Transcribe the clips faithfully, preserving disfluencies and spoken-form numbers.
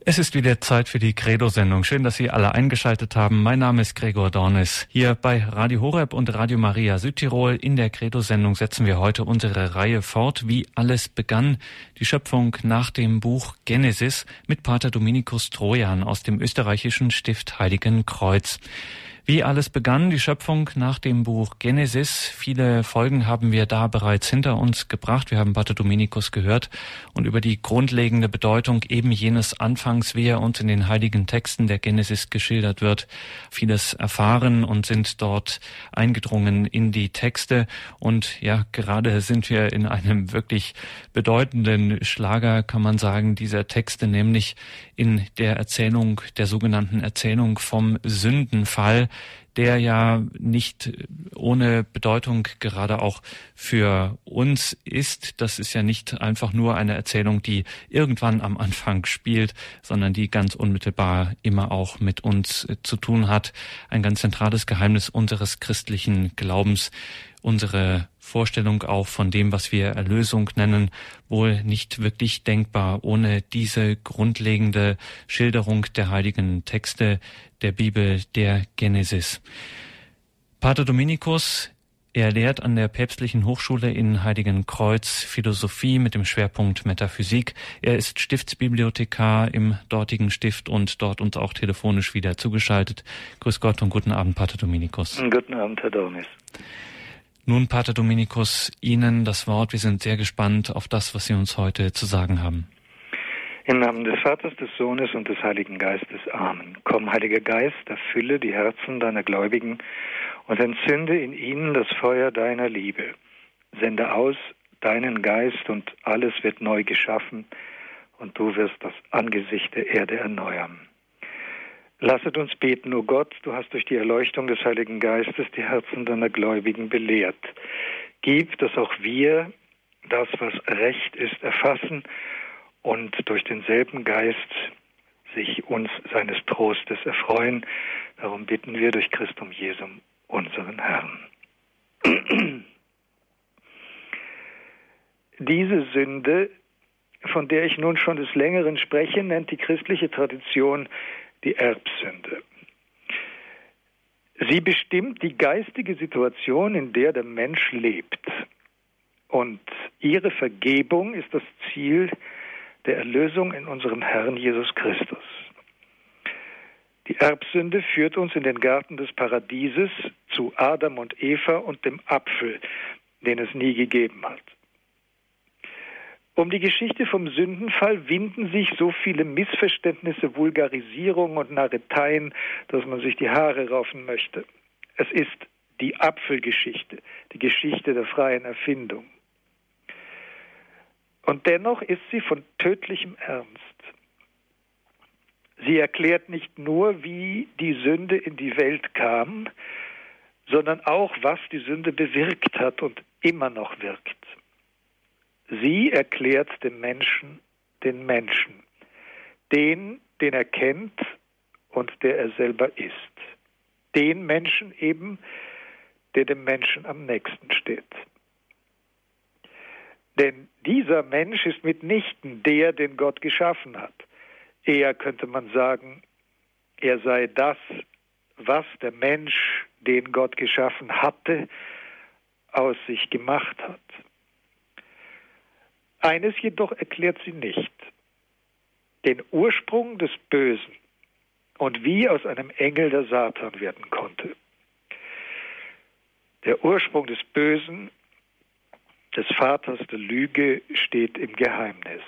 Es ist wieder Zeit für die Credo-Sendung. Schön, dass Sie alle eingeschaltet haben. Mein Name ist Gregor Dornis. Hier bei Radio Horeb und Radio Maria Südtirol in der Credo-Sendung setzen wir heute unsere Reihe fort, wie alles begann. Die Schöpfung nach dem Buch Genesis mit Pater Dominikus Trojan aus dem österreichischen Stift Heiligenkreuz. Wie alles begann, die Schöpfung nach dem Buch Genesis. Viele Folgen haben wir da bereits hinter uns gebracht. Wir haben Pater Dominikus gehört und über die grundlegende Bedeutung eben jenes Anfangs, wie er uns in den heiligen Texten der Genesis geschildert wird, vieles erfahren und sind dort eingedrungen in die Texte. Und ja, gerade sind wir in einem wirklich bedeutenden Schlager, kann man sagen, dieser Texte, nämlich in der Erzählung, der sogenannten Erzählung vom Sündenfall, der ja nicht ohne Bedeutung gerade auch für uns ist. Das ist ja nicht einfach nur eine Erzählung, die irgendwann am Anfang spielt, sondern die ganz unmittelbar immer auch mit uns zu tun hat. Ein ganz zentrales Geheimnis unseres christlichen Glaubens. Unsere Vorstellung auch von dem, was wir Erlösung nennen, wohl nicht wirklich denkbar ohne diese grundlegende Schilderung der heiligen Texte der Bibel, der Genesis. Pater Dominikus, er lehrt an der Päpstlichen Hochschule in Heiligenkreuz Philosophie mit dem Schwerpunkt Metaphysik. Er ist Stiftsbibliothekar im dortigen Stift und dort uns auch telefonisch wieder zugeschaltet. Grüß Gott und guten Abend, Pater Dominikus. Guten Abend, Herr Dornis. Nun, Pater Dominikus, Ihnen das Wort. Wir sind sehr gespannt auf das, was Sie uns heute zu sagen haben. Im Namen des Vaters, des Sohnes und des Heiligen Geistes. Amen. Komm, Heiliger Geist, erfülle die Herzen deiner Gläubigen und entzünde in ihnen das Feuer deiner Liebe. Sende aus deinen Geist und alles wird neu geschaffen und du wirst das Angesicht der Erde erneuern. Lasset uns beten, o Gott, du hast durch die Erleuchtung des Heiligen Geistes die Herzen deiner Gläubigen belehrt. Gib, dass auch wir das, was recht ist, erfassen und durch denselben Geist sich uns seines Trostes erfreuen. Darum bitten wir durch Christum Jesum, unseren Herrn. Diese Sünde, von der ich nun schon des Längeren spreche, nennt die christliche Tradition die Erbsünde. Sie bestimmt die geistige Situation, in der der Mensch lebt. Und ihre Vergebung ist das Ziel der Erlösung in unserem Herrn Jesus Christus. Die Erbsünde führt uns in den Garten des Paradieses zu Adam und Eva und dem Apfel, den es nie gegeben hat. Um die Geschichte vom Sündenfall winden sich so viele Missverständnisse, Vulgarisierungen und Narreteien, dass man sich die Haare raufen möchte. Es ist die Apfelgeschichte, die Geschichte der freien Erfindung. Und dennoch ist sie von tödlichem Ernst. Sie erklärt nicht nur, wie die Sünde in die Welt kam, sondern auch, was die Sünde bewirkt hat und immer noch wirkt. Sie erklärt dem Menschen den Menschen, den, den er kennt und der er selber ist. Den Menschen eben, der dem Menschen am nächsten steht. Denn dieser Mensch ist mitnichten der, den Gott geschaffen hat. Eher könnte man sagen, er sei das, was der Mensch, den Gott geschaffen hatte, aus sich gemacht hat. Eines jedoch erklärt sie nicht: den Ursprung des Bösen und wie aus einem Engel der Satan werden konnte. Der Ursprung des Bösen, des Vaters der Lüge, steht im Geheimnis.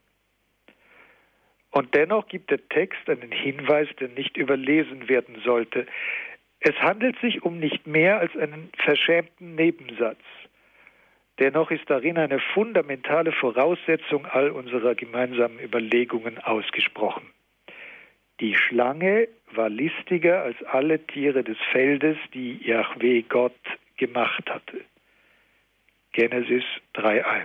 Und dennoch gibt der Text einen Hinweis, der nicht überlesen werden sollte. Es handelt sich um nicht mehr als einen verschämten Nebensatz. Dennoch ist darin eine fundamentale Voraussetzung all unserer gemeinsamen Überlegungen ausgesprochen. Die Schlange war listiger als alle Tiere des Feldes, die Jahwe Gott gemacht hatte. Genesis drei eins.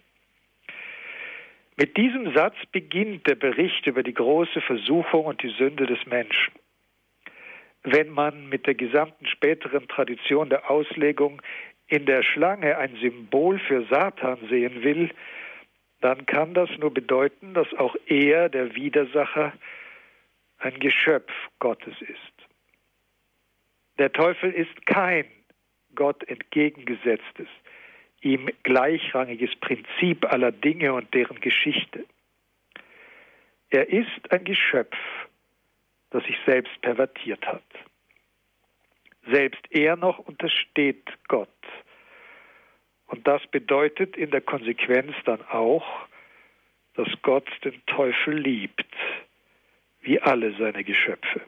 Mit diesem Satz beginnt der Bericht über die große Versuchung und die Sünde des Menschen. Wenn man mit der gesamten späteren Tradition der Auslegung in der Schlange ein Symbol für Satan sehen will, dann kann das nur bedeuten, dass auch er, der Widersacher, ein Geschöpf Gottes ist. Der Teufel ist kein Gott entgegengesetztes, ihm gleichrangiges Prinzip aller Dinge und deren Geschichte. Er ist ein Geschöpf, das sich selbst pervertiert hat. Selbst er noch untersteht Gott. Und das bedeutet in der Konsequenz dann auch, dass Gott den Teufel liebt, wie alle seine Geschöpfe.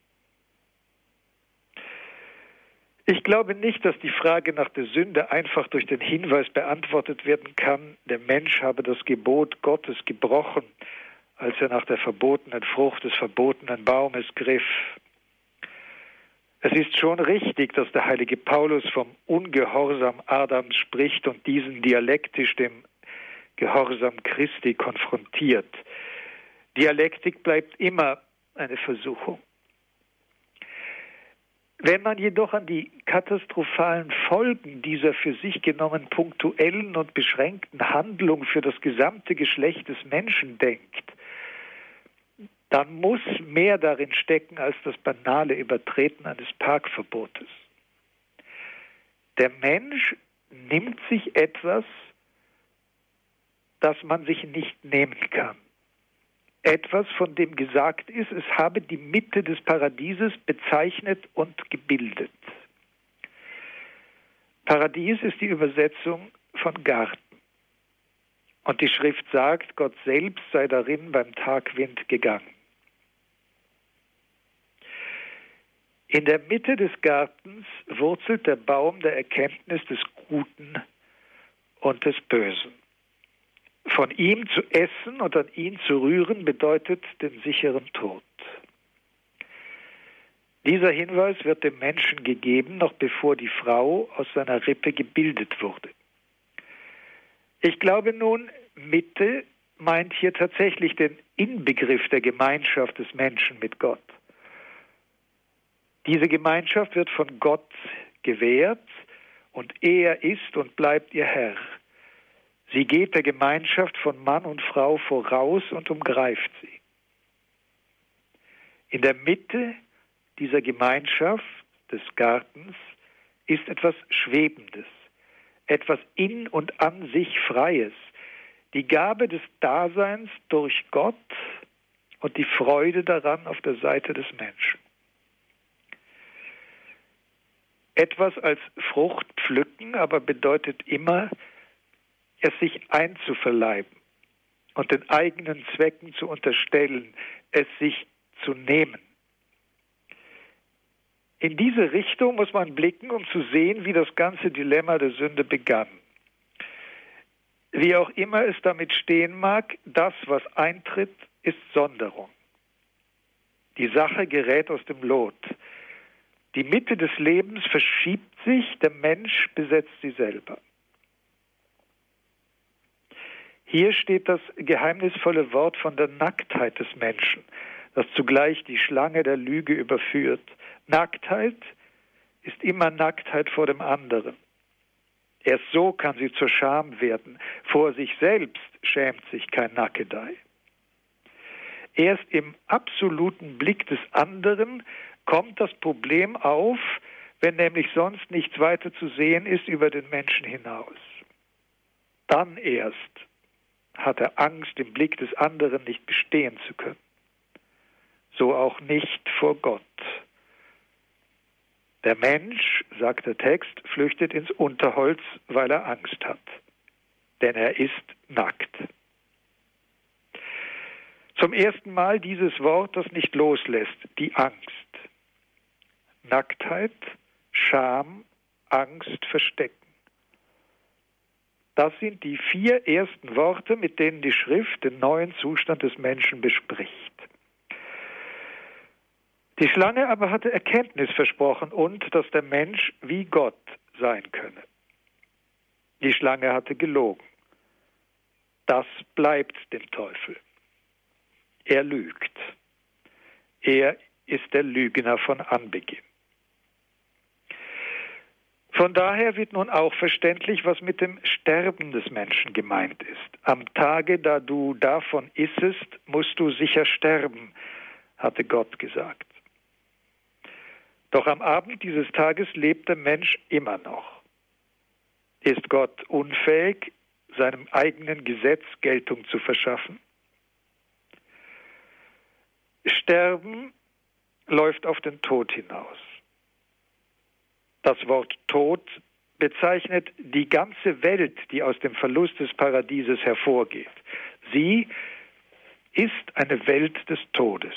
Ich glaube nicht, dass die Frage nach der Sünde einfach durch den Hinweis beantwortet werden kann, der Mensch habe das Gebot Gottes gebrochen, als er nach der verbotenen Frucht des verbotenen Baumes griff. Es ist schon richtig, dass der heilige Paulus vom Ungehorsam Adams spricht und diesen dialektisch dem Gehorsam Christi konfrontiert. Dialektik bleibt immer eine Versuchung. Wenn man jedoch an die katastrophalen Folgen dieser für sich genommen punktuellen und beschränkten Handlung für das gesamte Geschlecht des Menschen denkt, dann muss mehr darin stecken als das banale Übertreten eines Parkverbotes. Der Mensch nimmt sich etwas, das man sich nicht nehmen kann. Etwas, von dem gesagt ist, es habe die Mitte des Paradieses bezeichnet und gebildet. Paradies ist die Übersetzung von Garten. Und die Schrift sagt, Gott selbst sei darin beim Tagwind gegangen. In der Mitte des Gartens wurzelt der Baum der Erkenntnis des Guten und des Bösen. Von ihm zu essen und an ihn zu rühren bedeutet den sicheren Tod. Dieser Hinweis wird dem Menschen gegeben, noch bevor die Frau aus seiner Rippe gebildet wurde. Ich glaube nun, Mitte meint hier tatsächlich den Inbegriff der Gemeinschaft des Menschen mit Gott. Diese Gemeinschaft wird von Gott gewährt und er ist und bleibt ihr Herr. Sie geht der Gemeinschaft von Mann und Frau voraus und umgreift sie. In der Mitte dieser Gemeinschaft des Gartens ist etwas Schwebendes, etwas in und an sich Freies, die Gabe des Daseins durch Gott und die Freude daran auf der Seite des Menschen. Etwas als Frucht pflücken aber bedeutet immer, es sich einzuverleiben und den eigenen Zwecken zu unterstellen, es sich zu nehmen. In diese Richtung muss man blicken, um zu sehen, wie das ganze Dilemma der Sünde begann. Wie auch immer es damit stehen mag, das, was eintritt, ist Sonderung. Die Sache gerät aus dem Lot. Die Mitte des Lebens verschiebt sich, der Mensch besetzt sie selber. Hier steht das geheimnisvolle Wort von der Nacktheit des Menschen, das zugleich die Schlange der Lüge überführt. Nacktheit ist immer Nacktheit vor dem anderen. Erst so kann sie zur Scham werden. Vor sich selbst schämt sich kein Nackedei. Erst im absoluten Blick des anderen kommt das Problem auf, wenn nämlich sonst nichts weiter zu sehen ist über den Menschen hinaus. Dann erst hat er Angst, im Blick des anderen nicht bestehen zu können. So auch nicht vor Gott. Der Mensch, sagt der Text, flüchtet ins Unterholz, weil er Angst hat. Denn er ist nackt. Zum ersten Mal dieses Wort, das nicht loslässt, die Angst. Nacktheit, Scham, Angst, Verstecken. Das sind die vier ersten Worte, mit denen die Schrift den neuen Zustand des Menschen bespricht. Die Schlange aber hatte Erkenntnis versprochen und, dass der Mensch wie Gott sein könne. Die Schlange hatte gelogen. Das bleibt dem Teufel. Er lügt. Er ist der Lügner von Anbeginn. Von daher wird nun auch verständlich, was mit dem Sterben des Menschen gemeint ist. Am Tage, da du davon issest, musst du sicher sterben, hatte Gott gesagt. Doch am Abend dieses Tages lebt der Mensch immer noch. Ist Gott unfähig, seinem eigenen Gesetz Geltung zu verschaffen? Sterben läuft auf den Tod hinaus. Das Wort Tod bezeichnet die ganze Welt, die aus dem Verlust des Paradieses hervorgeht. Sie ist eine Welt des Todes.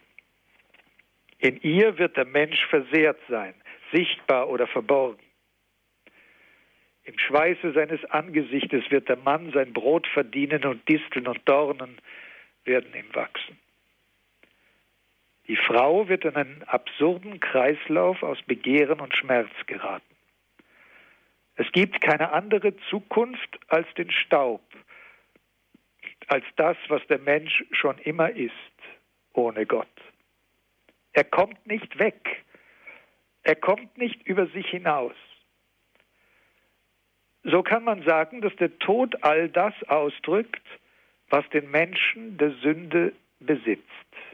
In ihr wird der Mensch versehrt sein, sichtbar oder verborgen. Im Schweiße seines Angesichtes wird der Mann sein Brot verdienen und Disteln und Dornen werden ihm wachsen. Die Frau wird in einen absurden Kreislauf aus Begehren und Schmerz geraten. Es gibt keine andere Zukunft als den Staub, als das, was der Mensch schon immer ist, ohne Gott. Er kommt nicht weg. Er kommt nicht über sich hinaus. So kann man sagen, dass der Tod all das ausdrückt, was den Menschen der Sünde besitzt.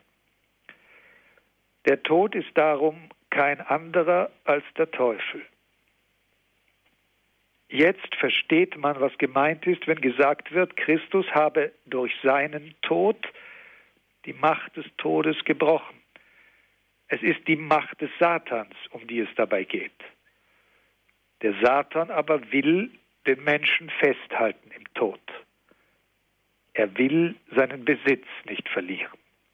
Der Tod ist darum kein anderer als der Teufel. Jetzt versteht man, was gemeint ist, wenn gesagt wird, Christus habe durch seinen Tod die Macht des Todes gebrochen. Es ist die Macht des Satans, um die es dabei geht. Der Satan aber will den Menschen festhalten im Tod. Er will seinen Besitz nicht verlieren.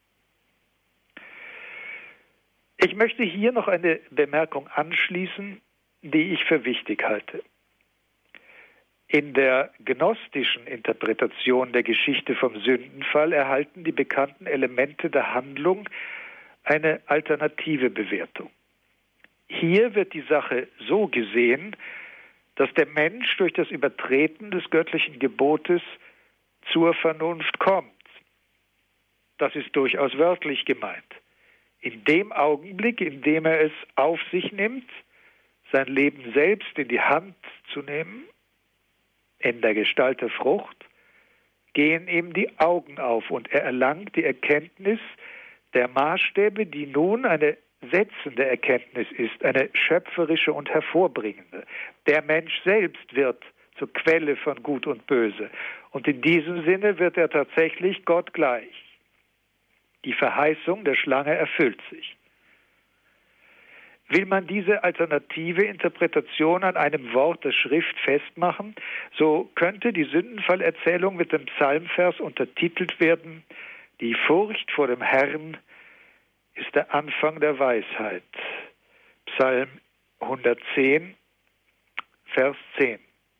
Ich möchte hier noch eine Bemerkung anschließen, die ich für wichtig halte. In der gnostischen Interpretation der Geschichte vom Sündenfall erhalten die bekannten Elemente der Handlung eine alternative Bewertung. Hier wird die Sache so gesehen, dass der Mensch durch das Übertreten des göttlichen Gebotes zur Vernunft kommt. Das ist durchaus wörtlich gemeint. In dem Augenblick, in dem er es auf sich nimmt, sein Leben selbst in die Hand zu nehmen, in der Gestalt der Frucht, gehen ihm die Augen auf und er erlangt die Erkenntnis der Maßstäbe, die nun eine setzende Erkenntnis ist, eine schöpferische und hervorbringende. Der Mensch selbst wird zur Quelle von Gut und Böse. Und in diesem Sinne wird er tatsächlich Gott gleich. Die Verheißung der Schlange erfüllt sich. Will man diese alternative Interpretation an einem Wort der Schrift festmachen, so könnte die Sündenfallerzählung mit dem Psalmvers untertitelt werden: Die Furcht vor dem Herrn ist der Anfang der Weisheit. Psalm hundertzehn, Vers zehn.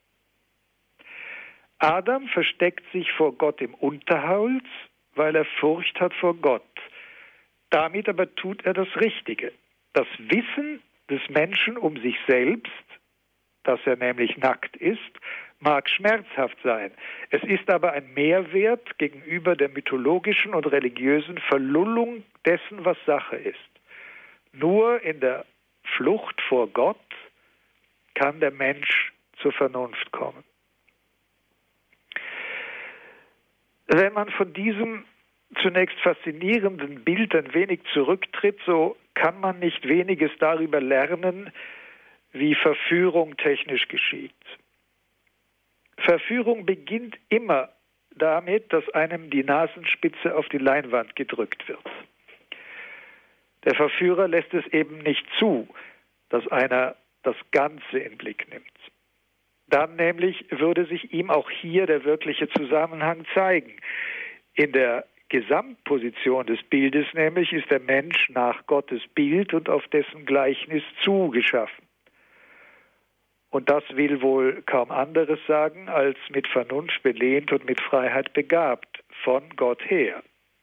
Adam versteckt sich vor Gott im Unterholz, weil er Furcht hat vor Gott. Damit aber tut er das Richtige. Das Wissen des Menschen um sich selbst, dass er nämlich nackt ist, mag schmerzhaft sein. Es ist aber ein Mehrwert gegenüber der mythologischen und religiösen Verlullung dessen, was Sache ist. Nur in der Flucht vor Gott kann der Mensch zur Vernunft kommen. Wenn man von diesem zunächst faszinierenden Bild ein wenig zurücktritt, so kann man nicht weniges darüber lernen, wie Verführung technisch geschieht. Verführung beginnt immer damit, dass einem die Nasenspitze auf die Leinwand gedrückt wird. Der Verführer lässt es eben nicht zu, dass einer das Ganze in Blick nimmt. Dann nämlich würde sich ihm auch hier der wirkliche Zusammenhang zeigen. In der Gesamtposition des Bildes nämlich ist der Mensch nach Gottes Bild und auf dessen Gleichnis zugeschaffen. Und das will wohl kaum anderes sagen, als mit Vernunft belehnt und mit Freiheit begabt, von Gott her.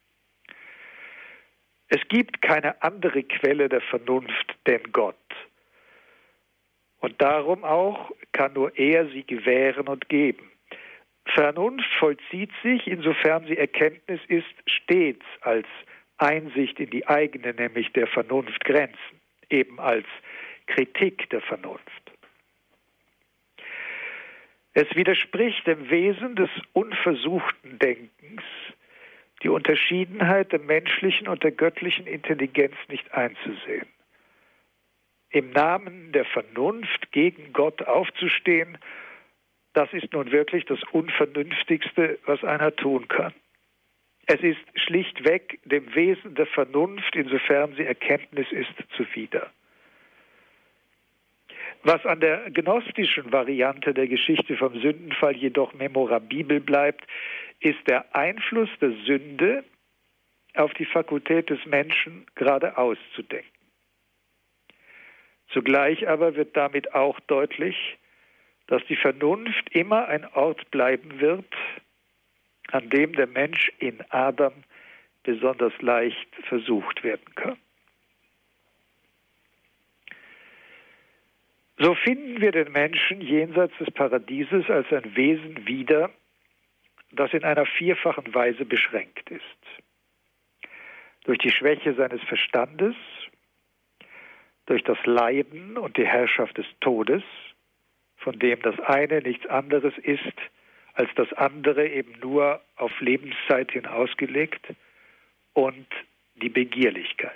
Es gibt keine andere Quelle der Vernunft denn Gott. Und darum auch kann nur er sie gewähren und geben. Vernunft vollzieht sich, insofern sie Erkenntnis ist, stets als Einsicht in die eigene, nämlich der Vernunft Grenzen, eben als Kritik der Vernunft. Es widerspricht dem Wesen des unversuchten Denkens, die Unterschiedenheit der menschlichen und der göttlichen Intelligenz nicht einzusehen. Im Namen der Vernunft gegen Gott aufzustehen, das ist nun wirklich das Unvernünftigste, was einer tun kann. Es ist schlichtweg dem Wesen der Vernunft, insofern sie Erkenntnis ist, zuwider. Was an der gnostischen Variante der Geschichte vom Sündenfall jedoch memorabel bleibt, ist der Einfluss der Sünde auf die Fakultät des Menschen, geradeaus zu denken. Zugleich aber wird damit auch deutlich, dass die Vernunft immer ein Ort bleiben wird, an dem der Mensch in Adam besonders leicht versucht werden kann. So finden wir den Menschen jenseits des Paradieses als ein Wesen wieder, das in einer vierfachen Weise beschränkt ist. Durch die Schwäche seines Verstandes, durch das Leiden und die Herrschaft des Todes, von dem das eine nichts anderes ist, als das andere eben nur auf Lebenszeit hin ausgelegt, und die Begierlichkeit.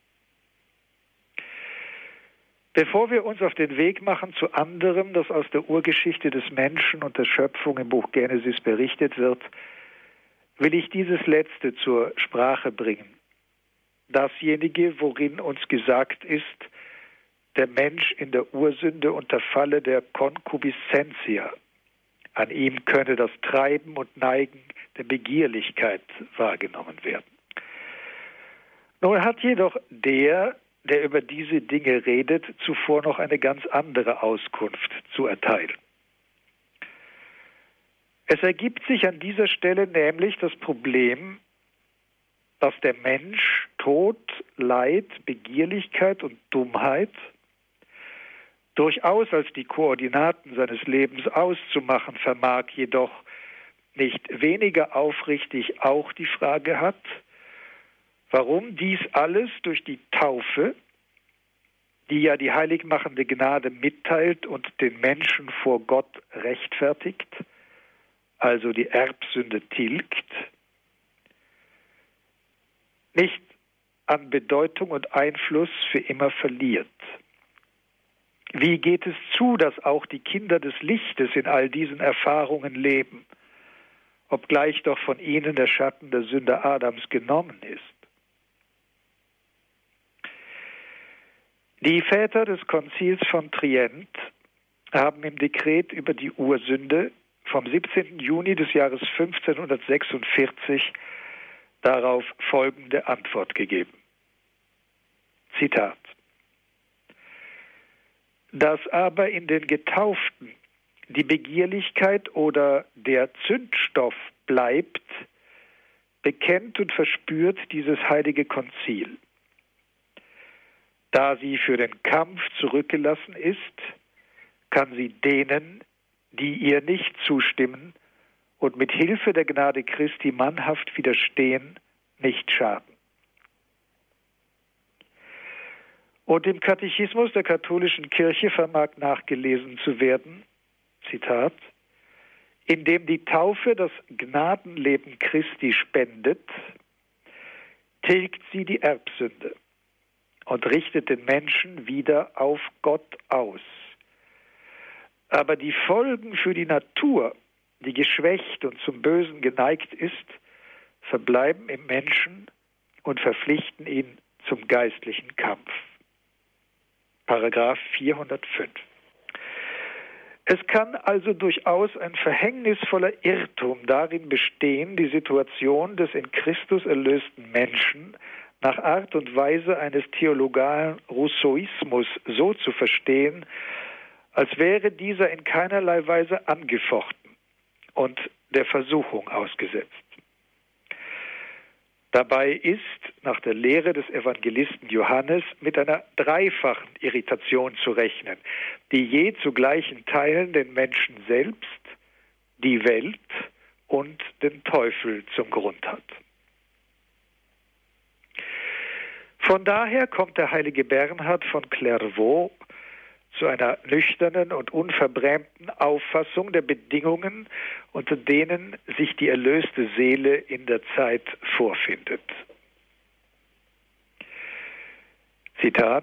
Bevor wir uns auf den Weg machen zu anderem, das aus der Urgeschichte des Menschen und der Schöpfung im Buch Genesis berichtet wird, will ich dieses Letzte zur Sprache bringen. Dasjenige, worin uns gesagt ist, der Mensch in der Ursünde unterfalle der Concupiscentia. An ihm könne das Treiben und Neigen der Begierlichkeit wahrgenommen werden. Nun hat jedoch der, der über diese Dinge redet, zuvor noch eine ganz andere Auskunft zu erteilen. Es ergibt sich an dieser Stelle nämlich das Problem, dass der Mensch Tod, Leid, Begierlichkeit und Dummheit durchaus als die Koordinaten seines Lebens auszumachen vermag, jedoch nicht weniger aufrichtig auch die Frage hat, warum dies alles durch die Taufe, die ja die heiligmachende Gnade mitteilt und den Menschen vor Gott rechtfertigt, also die Erbsünde tilgt, nicht an Bedeutung und Einfluss für immer verliert. Wie geht es zu, dass auch die Kinder des Lichtes in all diesen Erfahrungen leben, obgleich doch von ihnen der Schatten der Sünde Adams genommen ist? Die Väter des Konzils von Trient haben im Dekret über die Ursünde vom siebzehnten Juni des Jahres fünfzehnhundertsechsundvierzig darauf folgende Antwort gegeben. Zitat: Dass aber in den Getauften die Begierlichkeit oder der Zündstoff bleibt, bekennt und verspürt dieses heilige Konzil. Da sie für den Kampf zurückgelassen ist, kann sie denen, die ihr nicht zustimmen und mit Hilfe der Gnade Christi mannhaft widerstehen, nicht schaden. Und im Katechismus der katholischen Kirche vermag nachgelesen zu werden, Zitat, indem die Taufe das Gnadenleben Christi spendet, tilgt sie die Erbsünde und richtet den Menschen wieder auf Gott aus. Aber die Folgen für die Natur, die geschwächt und zum Bösen geneigt ist, verbleiben im Menschen und verpflichten ihn zum geistlichen Kampf. Paragraph vierhundertfünf. Es kann also durchaus ein verhängnisvoller Irrtum darin bestehen, die Situation des in Christus erlösten Menschen nach Art und Weise eines theologalen Rousseauismus so zu verstehen, als wäre dieser in keinerlei Weise angefochten und der Versuchung ausgesetzt. Dabei ist nach der Lehre des Evangelisten Johannes mit einer dreifachen Irritation zu rechnen, die je zu gleichen Teilen den Menschen selbst, die Welt und den Teufel zum Grund hat. Von daher kommt der heilige Bernhard von Clairvaux zu einer nüchternen und unverbrämten Auffassung der Bedingungen, unter denen sich die erlöste Seele in der Zeit vorfindet. Zitat: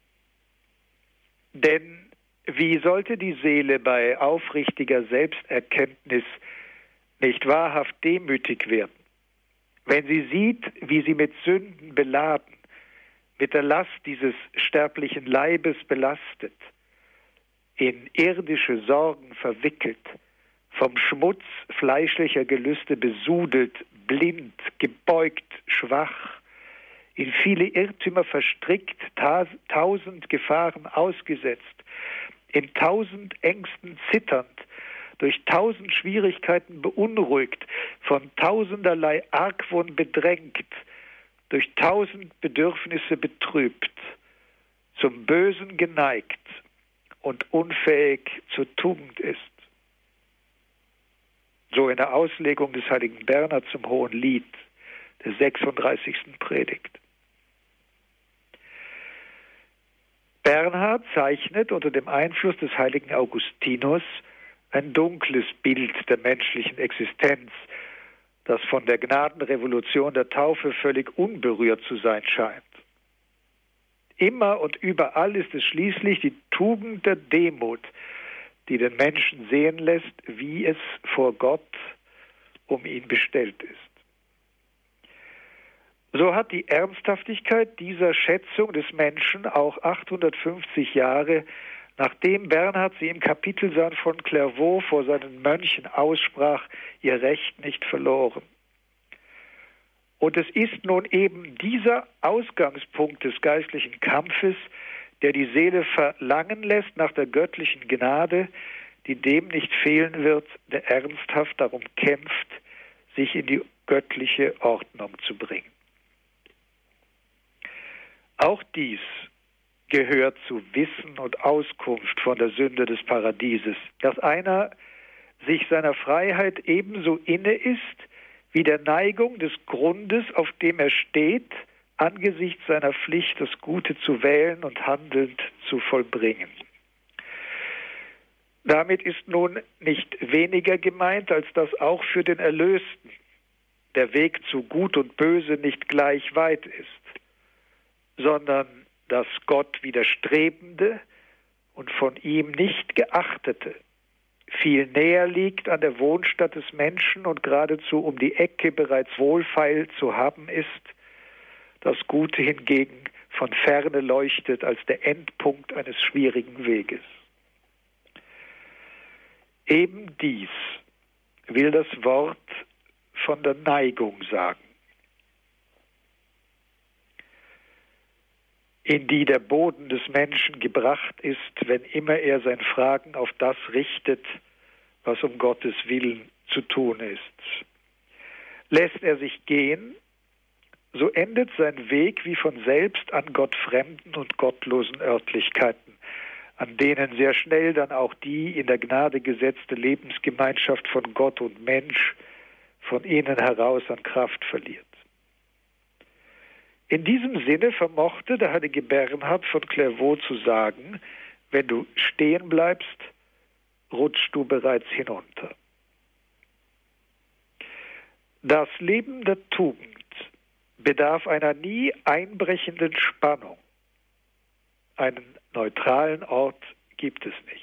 Denn wie sollte die Seele bei aufrichtiger Selbsterkenntnis nicht wahrhaft demütig werden, wenn sie sieht, wie sie mit Sünden beladen, mit der Last dieses sterblichen Leibes belastet, in irdische Sorgen verwickelt, vom Schmutz fleischlicher Gelüste besudelt, blind, gebeugt, schwach, in viele Irrtümer verstrickt, ta- tausend Gefahren ausgesetzt, in tausend Ängsten zitternd, durch tausend Schwierigkeiten beunruhigt, von tausenderlei Argwohn bedrängt, durch tausend Bedürfnisse betrübt, zum Bösen geneigt und unfähig zur Tugend ist. So in der Auslegung des heiligen Bernhard zum Hohen Lied, der sechsunddreißigsten Predigt. Bernhard zeichnet unter dem Einfluss des heiligen Augustinus ein dunkles Bild der menschlichen Existenz, das von der Gnadenrevolution der Taufe völlig unberührt zu sein scheint. Immer und überall ist es schließlich die Tugend der Demut, die den Menschen sehen lässt, wie es vor Gott um ihn bestellt ist. So hat die Ernsthaftigkeit dieser Schätzung des Menschen auch achthundertfünfzig Jahre, nachdem Bernhard sie im Kapitelsaal von Clairvaux vor seinen Mönchen aussprach, ihr Recht nicht verloren. Und es ist nun eben dieser Ausgangspunkt des geistlichen Kampfes, der die Seele verlangen lässt nach der göttlichen Gnade, die dem nicht fehlen wird, der ernsthaft darum kämpft, sich in die göttliche Ordnung zu bringen. Auch dies gehört zu Wissen und Auskunft von der Sünde des Paradieses, dass einer sich seiner Freiheit ebenso inne ist, wie der Neigung des Grundes, auf dem er steht, angesichts seiner Pflicht, das Gute zu wählen und handelnd zu vollbringen. Damit ist nun nicht weniger gemeint, als dass auch für den Erlösten der Weg zu Gut und Böse nicht gleich weit ist, sondern das Gott widerstrebende und von ihm nicht geachtete viel näher liegt an der Wohnstatt des Menschen und geradezu um die Ecke bereits wohlfeil zu haben ist, das Gute hingegen von ferne leuchtet als der Endpunkt eines schwierigen Weges. Eben dies will das Wort von der Neigung sagen, in die der Boden des Menschen gebracht ist, wenn immer er sein Fragen auf das richtet, was um Gottes Willen zu tun ist. Lässt er sich gehen, so endet sein Weg wie von selbst an gottfremden und gottlosen Örtlichkeiten, an denen sehr schnell dann auch die in der Gnade gesetzte Lebensgemeinschaft von Gott und Mensch von ihnen heraus an Kraft verliert. In diesem Sinne vermochte der heilige Bernhard von Clairvaux zu sagen, wenn du stehen bleibst, rutschst du bereits hinunter. Das Leben der Tugend bedarf einer nie einbrechenden Spannung. Einen neutralen Ort gibt es nicht.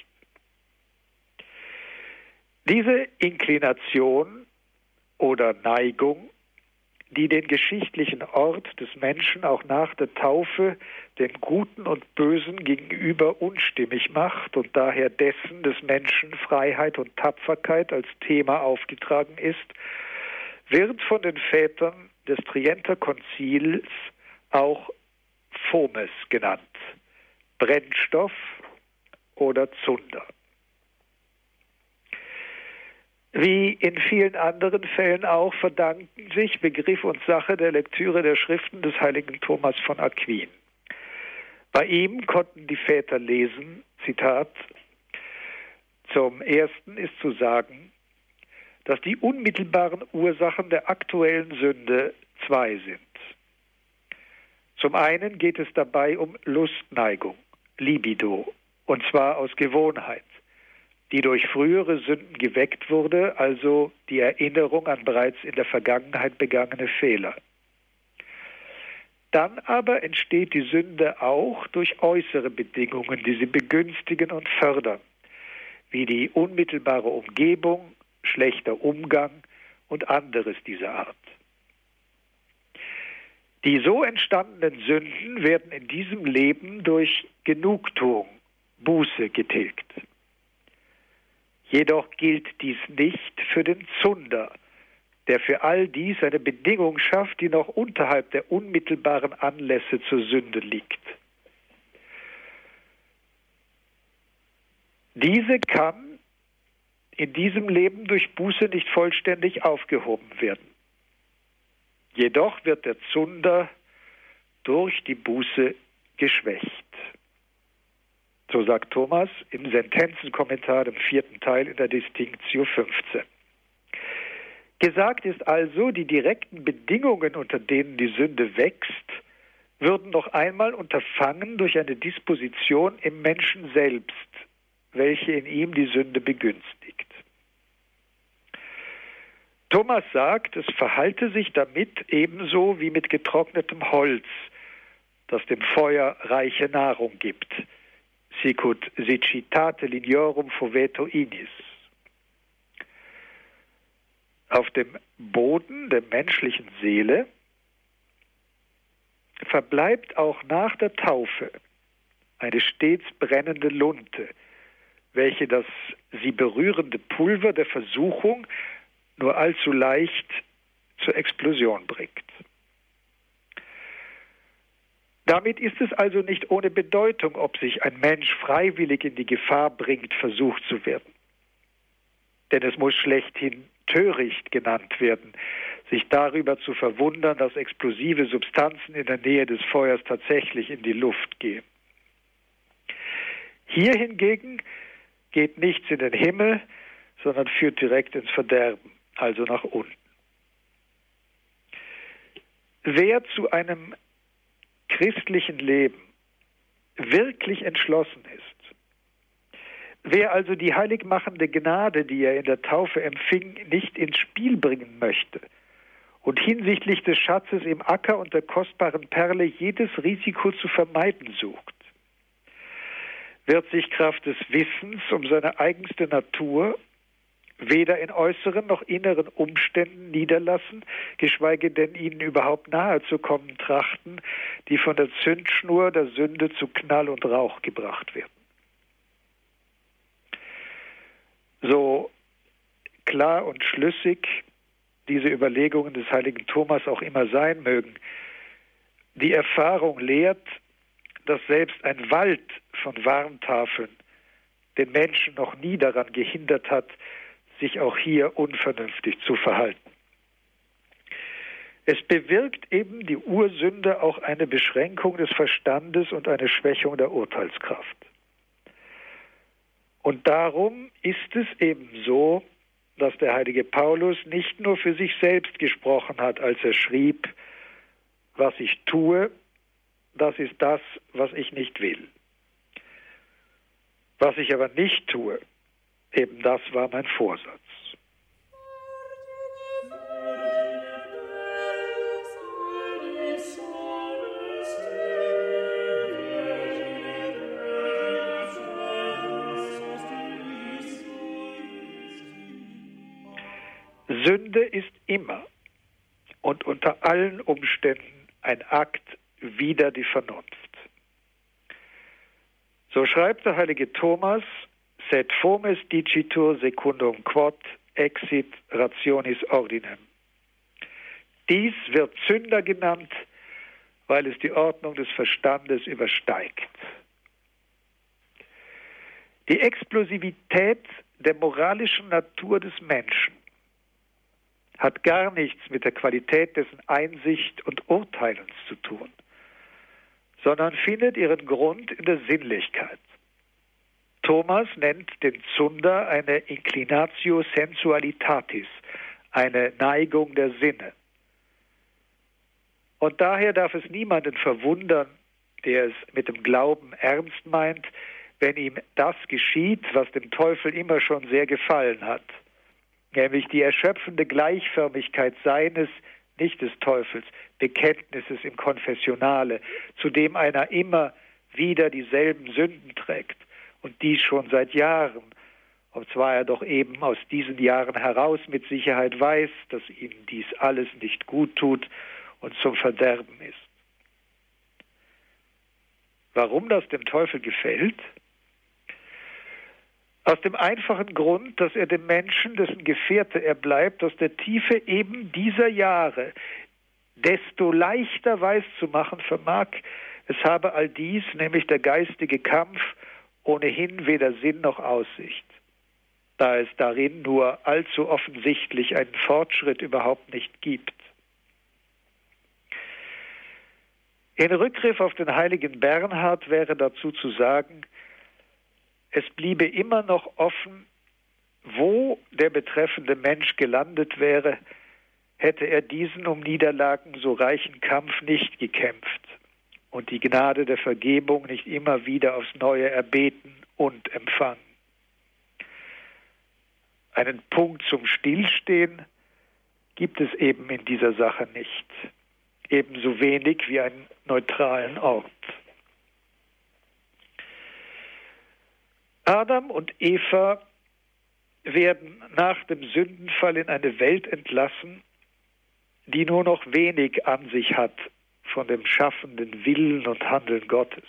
Diese Inklination oder Neigung, die den geschichtlichen Ort des Menschen auch nach der Taufe dem Guten und Bösen gegenüber unstimmig macht und daher dessen des Menschen Freiheit und Tapferkeit als Thema aufgetragen ist, wird von den Vätern des Trienter Konzils auch Fomes genannt, Brennstoff oder Zunder. Wie in vielen anderen Fällen auch verdanken sich Begriff und Sache der Lektüre der Schriften des heiligen Thomas von Aquin. Bei ihm konnten die Väter lesen, Zitat, zum Ersten ist zu sagen, dass die unmittelbaren Ursachen der aktuellen Sünde zwei sind. Zum einen geht es dabei um Lustneigung, Libido, und zwar aus Gewohnheit, die durch frühere Sünden geweckt wurde, also die Erinnerung an bereits in der Vergangenheit begangene Fehler. Dann aber entsteht die Sünde auch durch äußere Bedingungen, die sie begünstigen und fördern, wie die unmittelbare Umgebung, schlechter Umgang und anderes dieser Art. Die so entstandenen Sünden werden in diesem Leben durch Genugtuung, Buße getilgt. Jedoch gilt dies nicht für den Zunder, der für all dies eine Bedingung schafft, die noch unterhalb der unmittelbaren Anlässe zur Sünde liegt. Diese kann in diesem Leben durch Buße nicht vollständig aufgehoben werden. Jedoch wird der Zunder durch die Buße geschwächt. So sagt Thomas im Sentenzenkommentar im vierten Teil in der Distinctio fünfzehn. Gesagt ist also, die direkten Bedingungen, unter denen die Sünde wächst, würden noch einmal unterfangen durch eine Disposition im Menschen selbst, welche in ihm die Sünde begünstigt. Thomas sagt, es verhalte sich damit ebenso wie mit getrocknetem Holz, das dem Feuer reiche Nahrung gibt. Sicut siccitate lignorum foveto inis. Auf dem Boden der menschlichen Seele verbleibt auch nach der Taufe eine stets brennende Lunte, welche das sie berührende Pulver der Versuchung nur allzu leicht zur Explosion bringt. Damit ist es also nicht ohne Bedeutung, ob sich ein Mensch freiwillig in die Gefahr bringt, versucht zu werden. Denn es muss schlechthin töricht genannt werden, sich darüber zu verwundern, dass explosive Substanzen in der Nähe des Feuers tatsächlich in die Luft gehen. Hier hingegen geht nichts in den Himmel, sondern führt direkt ins Verderben, also nach unten. Wer zu einem christlichen Leben wirklich entschlossen ist, wer also die heiligmachende Gnade, die er in der Taufe empfing, nicht ins Spiel bringen möchte und hinsichtlich des Schatzes im Acker und der kostbaren Perle jedes Risiko zu vermeiden sucht, wird sich Kraft des Wissens um seine eigenste Natur weder in äußeren noch inneren Umständen niederlassen, geschweige denn ihnen überhaupt nahe zu kommen trachten, die von der Zündschnur der Sünde zu Knall und Rauch gebracht werden. So klar und schlüssig diese Überlegungen des heiligen Thomas auch immer sein mögen, die Erfahrung lehrt, dass selbst ein Wald von Warntafeln den Menschen noch nie daran gehindert hat, sich auch hier unvernünftig zu verhalten. Es bewirkt eben die Ursünde auch eine Beschränkung des Verstandes und eine Schwächung der Urteilskraft. Und darum ist es eben so, dass der heilige Paulus nicht nur für sich selbst gesprochen hat, als er schrieb, was ich tue, das ist das, was ich nicht will. Was ich aber nicht tue, eben das war mein Vorsatz. Sünde ist immer und unter allen Umständen ein Akt wider die Vernunft. So schreibt der heilige Thomas, sed fomes dicitur secundum quod exit rationis ordinem. Dies wird Sünder genannt, weil es die Ordnung des Verstandes übersteigt. Die Explosivität der moralischen Natur des Menschen hat gar nichts mit der Qualität dessen Einsicht und Urteilens zu tun, sondern findet ihren Grund in der Sinnlichkeit. Thomas nennt den Zunder eine Inclinatio sensualitatis, eine Neigung der Sinne. Und daher darf es niemanden verwundern, der es mit dem Glauben ernst meint, wenn ihm das geschieht, was dem Teufel immer schon sehr gefallen hat, nämlich die erschöpfende Gleichförmigkeit seines, nicht des Teufels, Bekenntnisses im Konfessionale, zu dem einer immer wieder dieselben Sünden trägt und dies schon seit Jahren, obzwar er doch eben aus diesen Jahren heraus mit Sicherheit weiß, dass ihm dies alles nicht gut tut und zum Verderben ist. Warum das dem Teufel gefällt? Aus dem einfachen Grund, dass er dem Menschen, dessen Gefährte er bleibt, aus der Tiefe eben dieser Jahre desto leichter weiszumachen vermag, es habe all dies, nämlich der geistige Kampf, ohnehin weder Sinn noch Aussicht, da es darin nur allzu offensichtlich einen Fortschritt überhaupt nicht gibt. In Rückgriff auf den heiligen Bernhard wäre dazu zu sagen, es bliebe immer noch offen, wo der betreffende Mensch gelandet wäre, hätte er diesen um Niederlagen so reichen Kampf nicht gekämpft und die Gnade der Vergebung nicht immer wieder aufs Neue erbeten und empfangen. Einen Punkt zum Stillstehen gibt es eben in dieser Sache nicht, ebenso wenig wie einen neutralen Ort. Adam und Eva werden nach dem Sündenfall in eine Welt entlassen, die nur noch wenig an sich hat von dem schaffenden Willen und Handeln Gottes.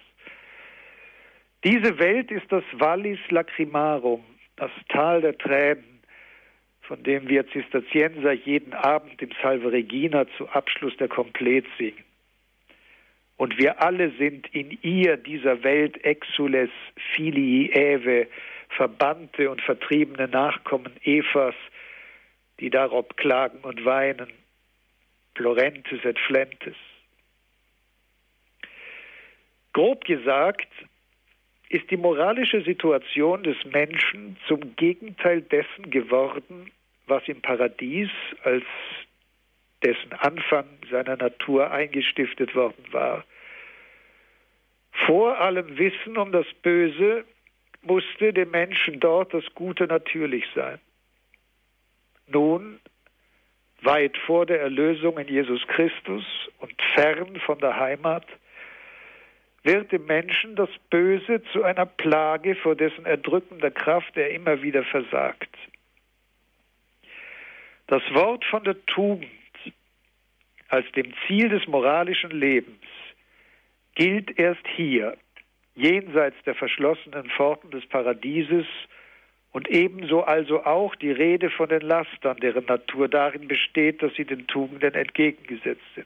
Diese Welt ist das Vallis Lacrimarum, das Tal der Tränen, von dem wir Zisterzienser jeden Abend im Salve Regina zu Abschluss der Komplett singen. Und wir alle sind in ihr, dieser Welt, Exules, Filii Eve, verbannte und vertriebene Nachkommen Evas, die darob klagen und weinen, plorentes et flentes. Grob gesagt ist die moralische Situation des Menschen zum Gegenteil dessen geworden, was im Paradies als dessen Anfang seiner Natur eingestiftet worden war. Vor allem Wissen um das Böse musste dem Menschen dort das Gute natürlich sein. Nun, weit vor der Erlösung in Jesus Christus und fern von der Heimat, wird dem Menschen das Böse zu einer Plage, vor dessen erdrückender Kraft er immer wieder versagt. Das Wort von der Tugend als dem Ziel des moralischen Lebens gilt erst hier, jenseits der verschlossenen Pforten des Paradieses, und ebenso also auch die Rede von den Lastern, deren Natur darin besteht, dass sie den Tugenden entgegengesetzt sind.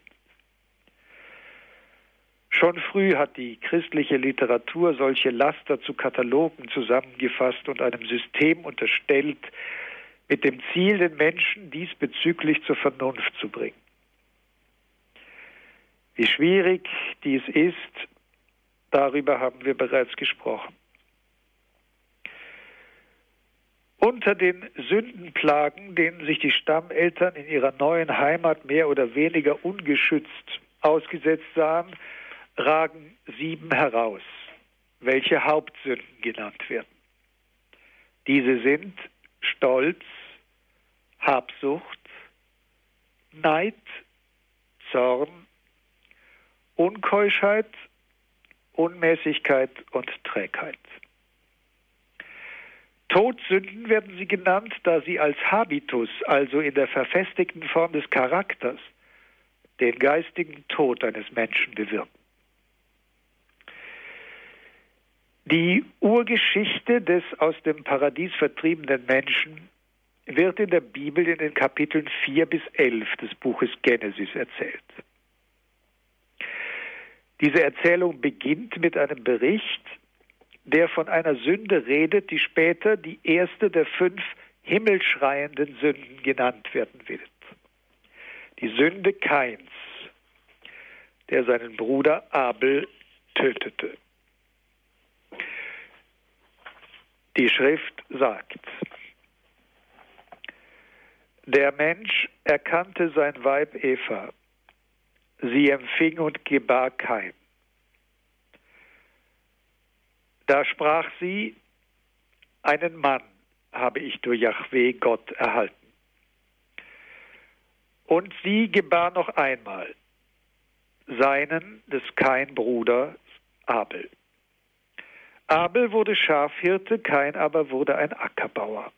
Schon früh hat die christliche Literatur solche Laster zu Katalogen zusammengefasst und einem System unterstellt, mit dem Ziel, den Menschen diesbezüglich zur Vernunft zu bringen. Wie schwierig dies ist, darüber haben wir bereits gesprochen. Unter den Sündenplagen, denen sich die Stammeltern in ihrer neuen Heimat mehr oder weniger ungeschützt ausgesetzt sahen, ragen sieben heraus, welche Hauptsünden genannt werden. Diese sind Stolz, Habsucht, Neid, Zorn, Unkeuschheit, Unmäßigkeit und Trägheit. Todsünden werden sie genannt, da sie als Habitus, also in der verfestigten Form des Charakters, den geistigen Tod eines Menschen bewirken. Die Urgeschichte des aus dem Paradies vertriebenen Menschen wird in der Bibel in den Kapiteln vier bis elf des Buches Genesis erzählt. Diese Erzählung beginnt mit einem Bericht, der von einer Sünde redet, die später die erste der fünf himmelschreienden Sünden genannt werden wird. Die Sünde Kains, der seinen Bruder Abel tötete. Die Schrift sagt: Der Mensch erkannte sein Weib Eva. Sie empfing und gebar Kain. Da sprach sie, einen Mann habe ich durch Jahwe Gott erhalten. Und sie gebar noch einmal seinen, des Kain Bruder Abel. Abel wurde Schafhirte, Kain aber wurde ein Ackerbauer.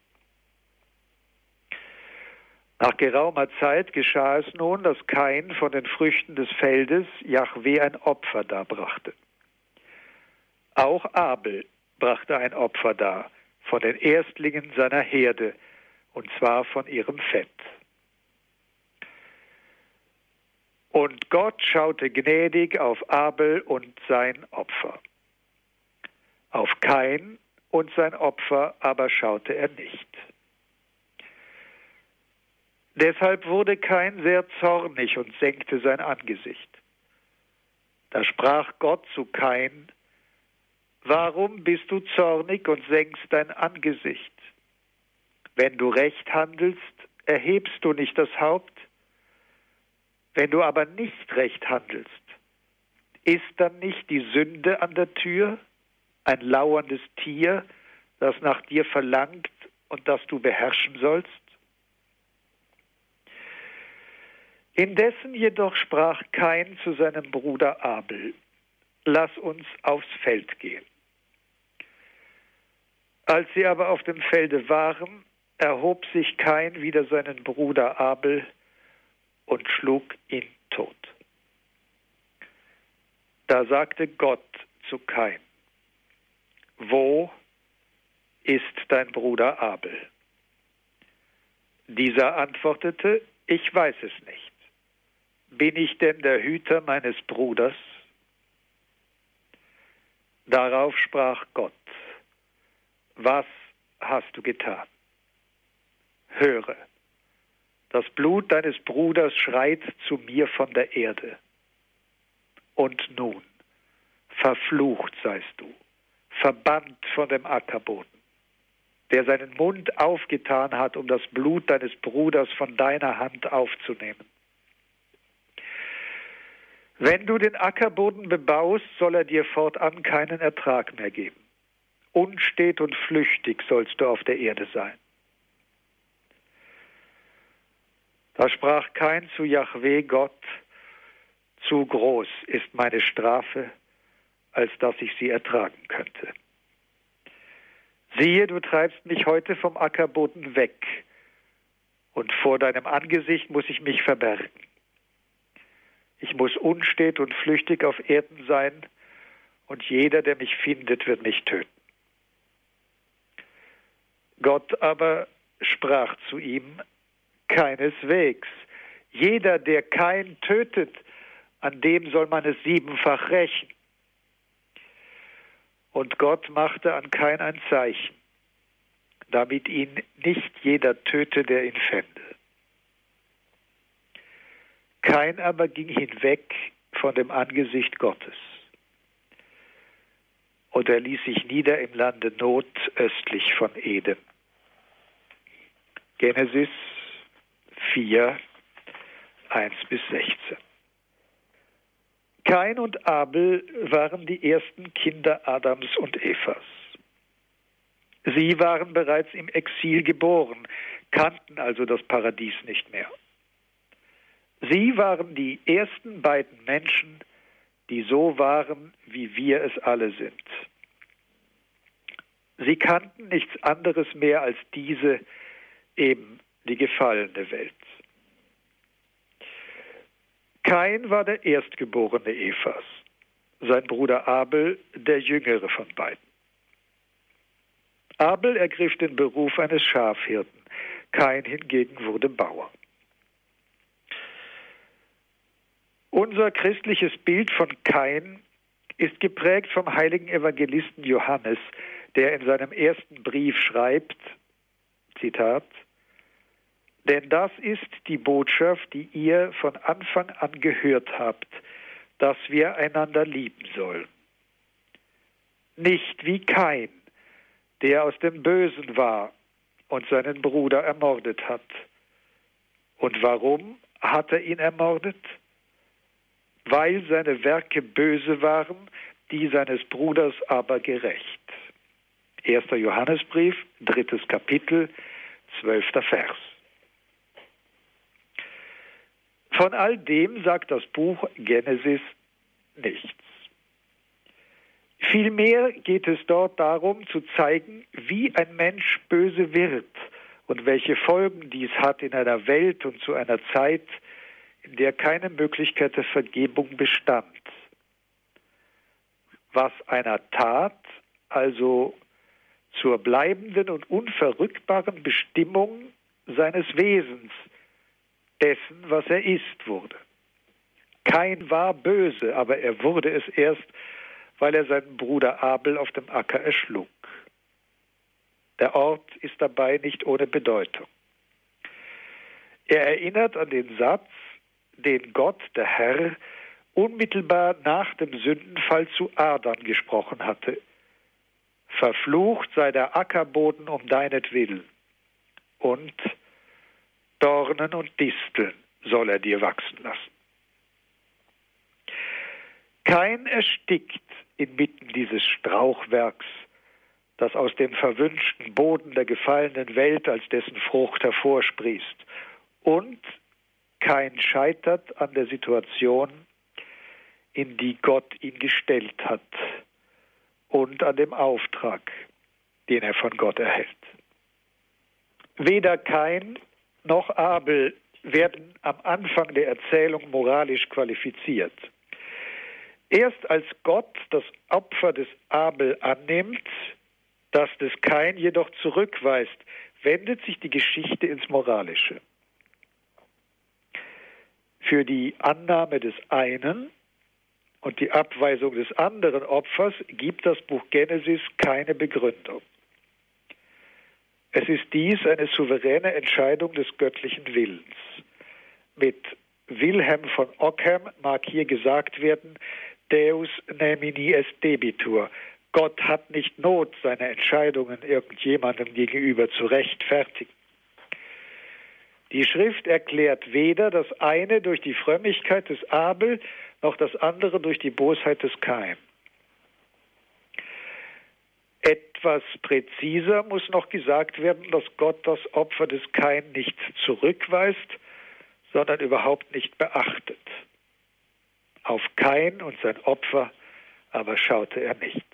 Nach geraumer Zeit geschah es nun, dass Kain von den Früchten des Feldes Jahwe ein Opfer darbrachte. Auch Abel brachte ein Opfer dar, von den Erstlingen seiner Herde, und zwar von ihrem Fett. Und Gott schaute gnädig auf Abel und sein Opfer. Auf Kain und sein Opfer aber schaute er nicht. Deshalb wurde Kain sehr zornig und senkte sein Angesicht. Da sprach Gott zu Kain: Warum bist du zornig und senkst dein Angesicht? Wenn du recht handelst, erhebst du nicht das Haupt. Wenn du aber nicht recht handelst, ist dann nicht die Sünde an der Tür, ein lauerndes Tier, das nach dir verlangt und das du beherrschen sollst? Indessen jedoch sprach Kain zu seinem Bruder Abel: Lass uns aufs Feld gehen. Als sie aber auf dem Felde waren, erhob sich Kain wider seinen Bruder Abel und schlug ihn tot. Da sagte Gott zu Kain: Wo ist dein Bruder Abel? Dieser antwortete: Ich weiß es nicht. Bin ich denn der Hüter meines Bruders? Darauf sprach Gott: Was hast du getan? Höre, das Blut deines Bruders schreit zu mir von der Erde. Und nun, verflucht seist du, verbannt von dem Ackerboden, der seinen Mund aufgetan hat, um das Blut deines Bruders von deiner Hand aufzunehmen. Wenn du den Ackerboden bebaust, soll er dir fortan keinen Ertrag mehr geben. Unstet und flüchtig sollst du auf der Erde sein. Da sprach Kain zu Jahwe Gott: Zu groß ist meine Strafe, als dass ich sie ertragen könnte. Siehe, du treibst mich heute vom Ackerboden weg, und vor deinem Angesicht muss ich mich verbergen. Ich muss unstet und flüchtig auf Erden sein, und jeder, der mich findet, wird mich töten. Gott aber sprach zu ihm: Keineswegs. Jeder, der Kain tötet, an dem soll man es siebenfach rächen. Und Gott machte an Kain ein Zeichen, damit ihn nicht jeder töte, der ihn fände. Kain aber ging hinweg von dem Angesicht Gottes. Und er ließ sich nieder im Lande Not östlich von Eden. Genesis vier, eins bis sechzehn. Kain und Abel waren die ersten Kinder Adams und Evas. Sie waren bereits im Exil geboren, kannten also das Paradies nicht mehr. Sie waren die ersten beiden Menschen, die so waren, wie wir es alle sind. Sie kannten nichts anderes mehr als diese, eben die gefallene Welt. Kain war der Erstgeborene Evas, sein Bruder Abel der jüngere von beiden. Abel ergriff den Beruf eines Schafhirten, Kain hingegen wurde Bauer. Unser christliches Bild von Kain ist geprägt vom heiligen Evangelisten Johannes, der in seinem ersten Brief schreibt, Zitat: Denn das ist die Botschaft, die ihr von Anfang an gehört habt, dass wir einander lieben sollen. Nicht wie Kain, der aus dem Bösen war und seinen Bruder ermordet hat. Und warum hat er ihn ermordet? Weil seine Werke böse waren, die seines Bruders aber gerecht. Erster Johannesbrief, drittes Kapitel, zwölfter Vers. Von all dem sagt das Buch Genesis nichts. Vielmehr geht es dort darum, zu zeigen, wie ein Mensch böse wird und welche Folgen dies hat in einer Welt und zu einer Zeit, in der keine Möglichkeit der Vergebung bestand. Was einer tat, also zur bleibenden und unverrückbaren Bestimmung seines Wesens, dessen, was er ist, wurde. Kain war böse, aber er wurde es erst, weil er seinen Bruder Abel auf dem Acker erschlug. Der Ort ist dabei nicht ohne Bedeutung. Er erinnert an den Satz, den Gott, der Herr, unmittelbar nach dem Sündenfall zu Adam gesprochen hatte. Verflucht sei der Ackerboden um deinetwillen, und Dornen und Disteln soll er dir wachsen lassen. Kain erstickt inmitten dieses Strauchwerks, das aus dem verwünschten Boden der gefallenen Welt als dessen Frucht hervorsprießt. Und Kain scheitert an der Situation, in die Gott ihn gestellt hat, und an dem Auftrag, den er von Gott erhält. Weder Kain noch Abel werden am Anfang der Erzählung moralisch qualifiziert. Erst als Gott das Opfer des Abel annimmt, das des Kain jedoch zurückweist, wendet sich die Geschichte ins Moralische. Für die Annahme des einen und die Abweisung des anderen Opfers gibt das Buch Genesis keine Begründung. Es ist dies eine souveräne Entscheidung des göttlichen Willens. Mit Wilhelm von Ockham mag hier gesagt werden, Deus nemini est debitur. Gott hat nicht Not, seine Entscheidungen irgendjemandem gegenüber zu rechtfertigen. Die Schrift erklärt weder das eine durch die Frömmigkeit des Abel, noch das andere durch die Bosheit des Kain. Etwas präziser muss noch gesagt werden, dass Gott das Opfer des Kain nicht zurückweist, sondern überhaupt nicht beachtet. Auf Kain und sein Opfer aber schaute er nicht.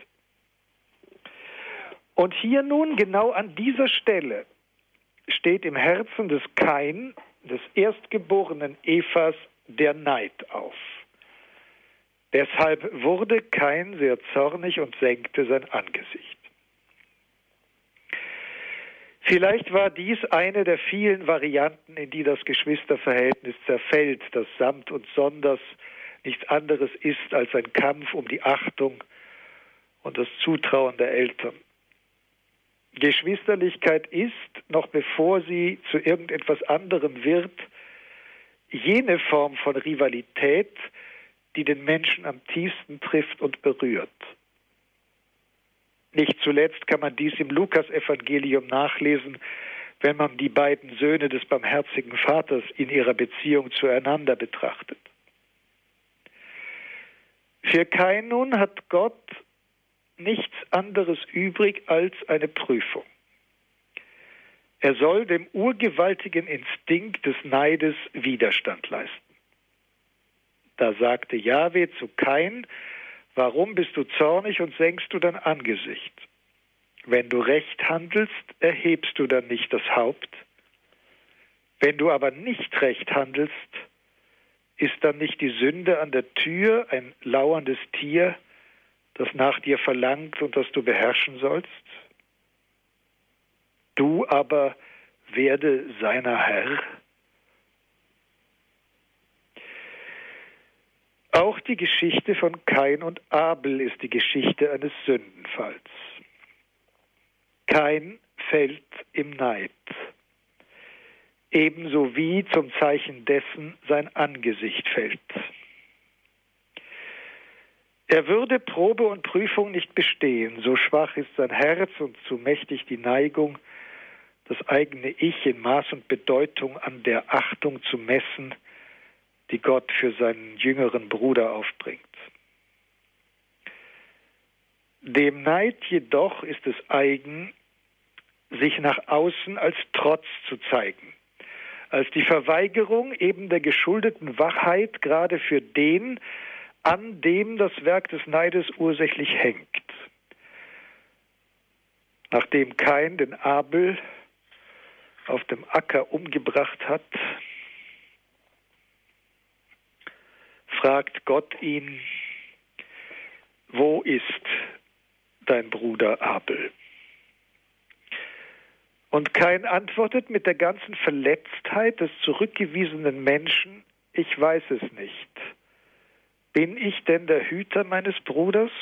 Und hier nun, genau an dieser Stelle, steht im Herzen des Kain, des erstgeborenen Evas, der Neid auf. Deshalb wurde Kain sehr zornig und senkte sein Angesicht. Vielleicht war dies eine der vielen Varianten, in die das Geschwisterverhältnis zerfällt, das samt und sonders nichts anderes ist als ein Kampf um die Achtung und das Zutrauen der Eltern. Geschwisterlichkeit ist, noch bevor sie zu irgendetwas anderem wird, jene Form von Rivalität, die den Menschen am tiefsten trifft und berührt. Nicht zuletzt kann man dies im Lukas-Evangelium nachlesen, wenn man die beiden Söhne des barmherzigen Vaters in ihrer Beziehung zueinander betrachtet. Für Kain nun hat Gott nichts anderes übrig als eine Prüfung. Er soll dem urgewaltigen Instinkt des Neides Widerstand leisten. Da sagte Jahwe zu Kain, warum bist du zornig und senkst du dein Angesicht? Wenn du recht handelst, erhebst du dann nicht das Haupt. Wenn du aber nicht recht handelst, ist dann nicht die Sünde an der Tür ein lauerndes Tier, das nach dir verlangt und das du beherrschen sollst? Du aber werde seiner Herr. Auch die Geschichte von Kain und Abel ist die Geschichte eines Sündenfalls. Kain fällt im Neid, ebenso wie zum Zeichen dessen sein Angesicht fällt. Er würde Probe und Prüfung nicht bestehen, so schwach ist sein Herz und zu mächtig die Neigung, das eigene Ich in Maß und Bedeutung an der Achtung zu messen, die Gott für seinen jüngeren Bruder aufbringt. Dem Neid jedoch ist es eigen, sich nach außen als Trotz zu zeigen, als die Verweigerung eben der geschuldeten Wachheit gerade für den, an dem das Werk des Neides ursächlich hängt. Nachdem Kain den Abel auf dem Acker umgebracht hat, fragt Gott ihn: Wo ist dein Bruder Abel? Und Kain antwortet mit der ganzen Verletztheit des zurückgewiesenen Menschen: Ich weiß es nicht. Bin ich denn der Hüter meines Bruders?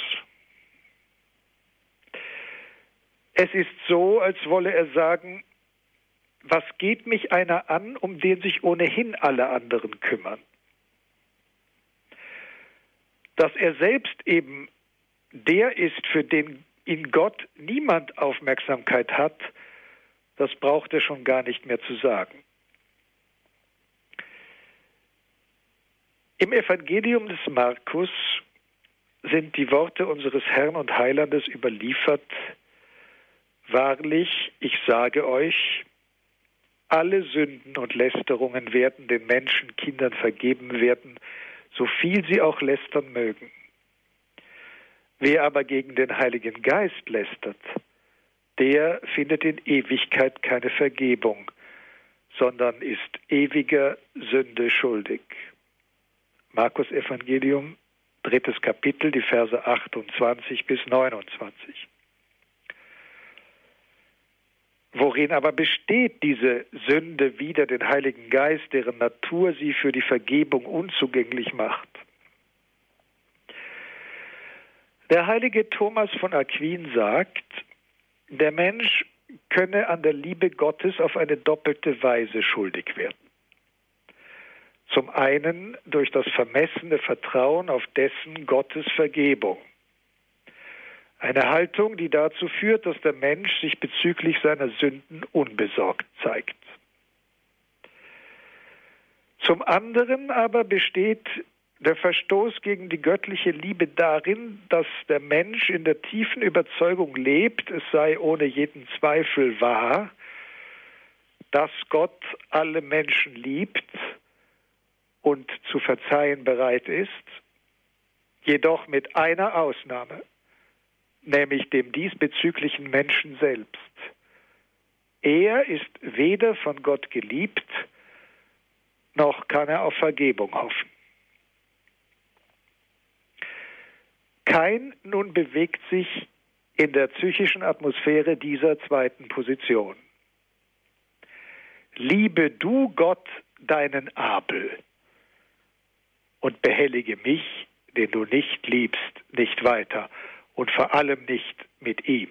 Es ist so, als wolle er sagen: Was geht mich einer an, um den sich ohnehin alle anderen kümmern? Dass er selbst eben der ist, für den in Gott niemand Aufmerksamkeit hat, das braucht er schon gar nicht mehr zu sagen. Im Evangelium des Markus sind die Worte unseres Herrn und Heilandes überliefert: Wahrlich, ich sage euch, alle Sünden und Lästerungen werden den Menschenkindern vergeben werden, so viel sie auch lästern mögen. Wer aber gegen den Heiligen Geist lästert, der findet in Ewigkeit keine Vergebung, sondern ist ewiger Sünde schuldig. Markus Evangelium, drittes Kapitel, die Verse achtundzwanzig bis neunundzwanzig. Worin aber besteht diese Sünde wider den Heiligen Geist, deren Natur sie für die Vergebung unzugänglich macht? Der heilige Thomas von Aquin sagt, der Mensch könne an der Liebe Gottes auf eine doppelte Weise schuldig werden. Zum einen durch das vermessene Vertrauen auf dessen Gottes Vergebung. Eine Haltung, die dazu führt, dass der Mensch sich bezüglich seiner Sünden unbesorgt zeigt. Zum anderen aber besteht der Verstoß gegen die göttliche Liebe darin, dass der Mensch in der tiefen Überzeugung lebt, es sei ohne jeden Zweifel wahr, dass Gott alle Menschen liebt und zu verzeihen bereit ist, jedoch mit einer Ausnahme, nämlich dem diesbezüglichen Menschen selbst. Er ist weder von Gott geliebt, noch kann er auf Vergebung hoffen. Kain nun bewegt sich in der psychischen Atmosphäre dieser zweiten Position. Liebe du Gott deinen Abel und behellige mich, den du nicht liebst, nicht weiter und vor allem nicht mit ihm.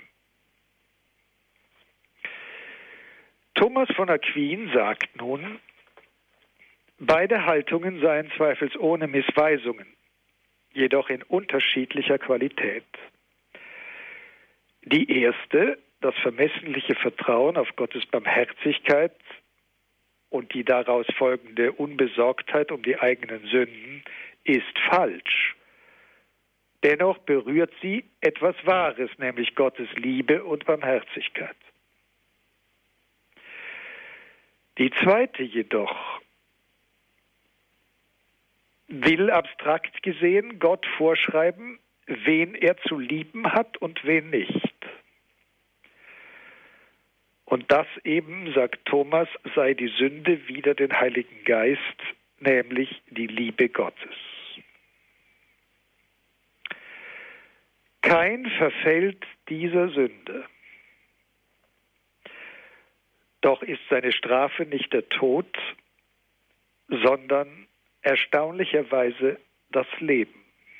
Thomas von Aquin sagt nun, beide Haltungen seien zweifelsohne Missweisungen, jedoch in unterschiedlicher Qualität. Die erste, das vermessliche Vertrauen auf Gottes Barmherzigkeit und die daraus folgende Unbesorgtheit um die eigenen Sünden, ist falsch. Dennoch berührt sie etwas Wahres, nämlich Gottes Liebe und Barmherzigkeit. Die zweite jedoch will abstrakt gesehen Gott vorschreiben, wen er zu lieben hat und wen nicht. Und das eben, sagt Thomas, sei die Sünde wider den Heiligen Geist, nämlich die Liebe Gottes. Kain verfällt dieser Sünde. Doch ist seine Strafe nicht der Tod, sondern erstaunlicherweise das Leben.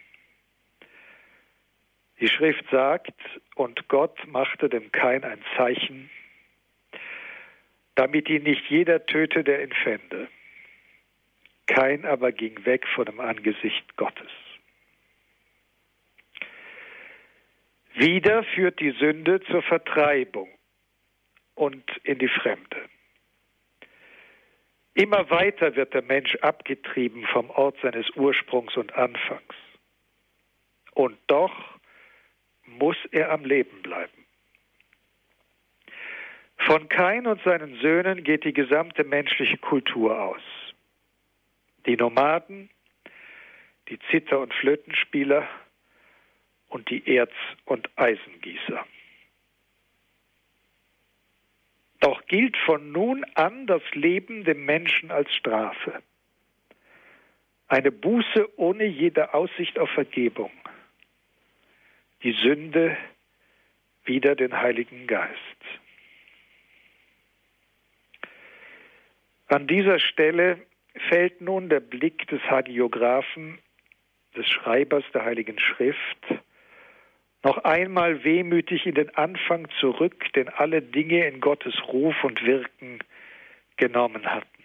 Die Schrift sagt, und Gott machte dem Kain ein Zeichen, damit ihn nicht jeder töte, der ihn fände. Kain aber ging weg vor dem Angesicht Gottes. Wieder führt die Sünde zur Vertreibung und in die Fremde. Immer weiter wird der Mensch abgetrieben vom Ort seines Ursprungs und Anfangs. Und doch muss er am Leben bleiben. Von Kain und seinen Söhnen geht die gesamte menschliche Kultur aus. Die Nomaden, die Zither- und Flötenspieler und die Erz- und Eisengießer. Doch gilt von nun an das Leben dem Menschen als Strafe. Eine Buße ohne jede Aussicht auf Vergebung. Die Sünde wider den Heiligen Geist. An dieser Stelle fällt nun der Blick des Hagiographen, des Schreibers der Heiligen Schrift, noch einmal wehmütig in den Anfang zurück, den alle Dinge in Gottes Ruf und Wirken genommen hatten.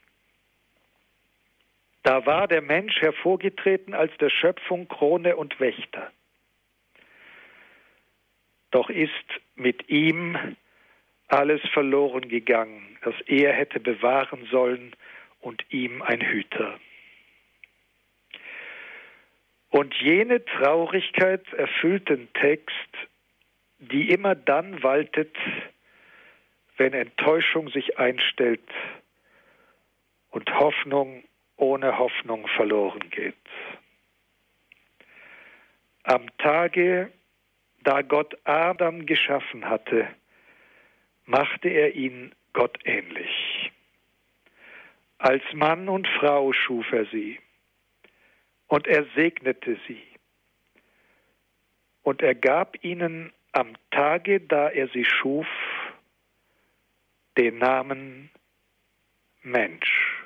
Da war der Mensch hervorgetreten als der Schöpfung Krone und Wächter. Doch ist mit ihm alles verloren gegangen, das er hätte bewahren sollen, und ihm ein Hüter. Und jene Traurigkeit erfüllt den Text, die immer dann waltet, wenn Enttäuschung sich einstellt und Hoffnung ohne Hoffnung verloren geht. Am Tage, da Gott Adam geschaffen hatte, machte er ihn gottähnlich. Als Mann und Frau schuf er sie, und er segnete sie. Und er gab ihnen am Tage, da er sie schuf, den Namen Mensch.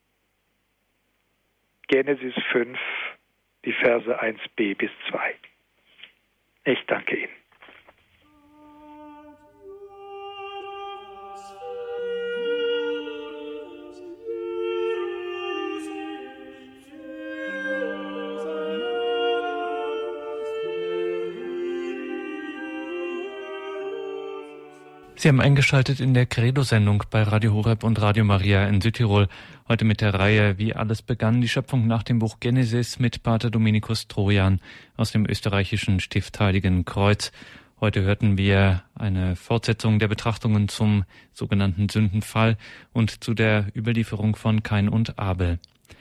Genesis fünf, die Verse eins b bis zwei. Ich danke Ihnen. Sie haben eingeschaltet in der Credo-Sendung bei Radio Horeb und Radio Maria in Südtirol. Heute mit der Reihe Wie alles begann, die Schöpfung nach dem Buch Genesis mit Pater Dominikus Trojan aus dem österreichischen Stift Heiligen Kreuz. Heute hörten wir eine Fortsetzung der Betrachtungen zum sogenannten Sündenfall und zu der Überlieferung von Kain und Abel.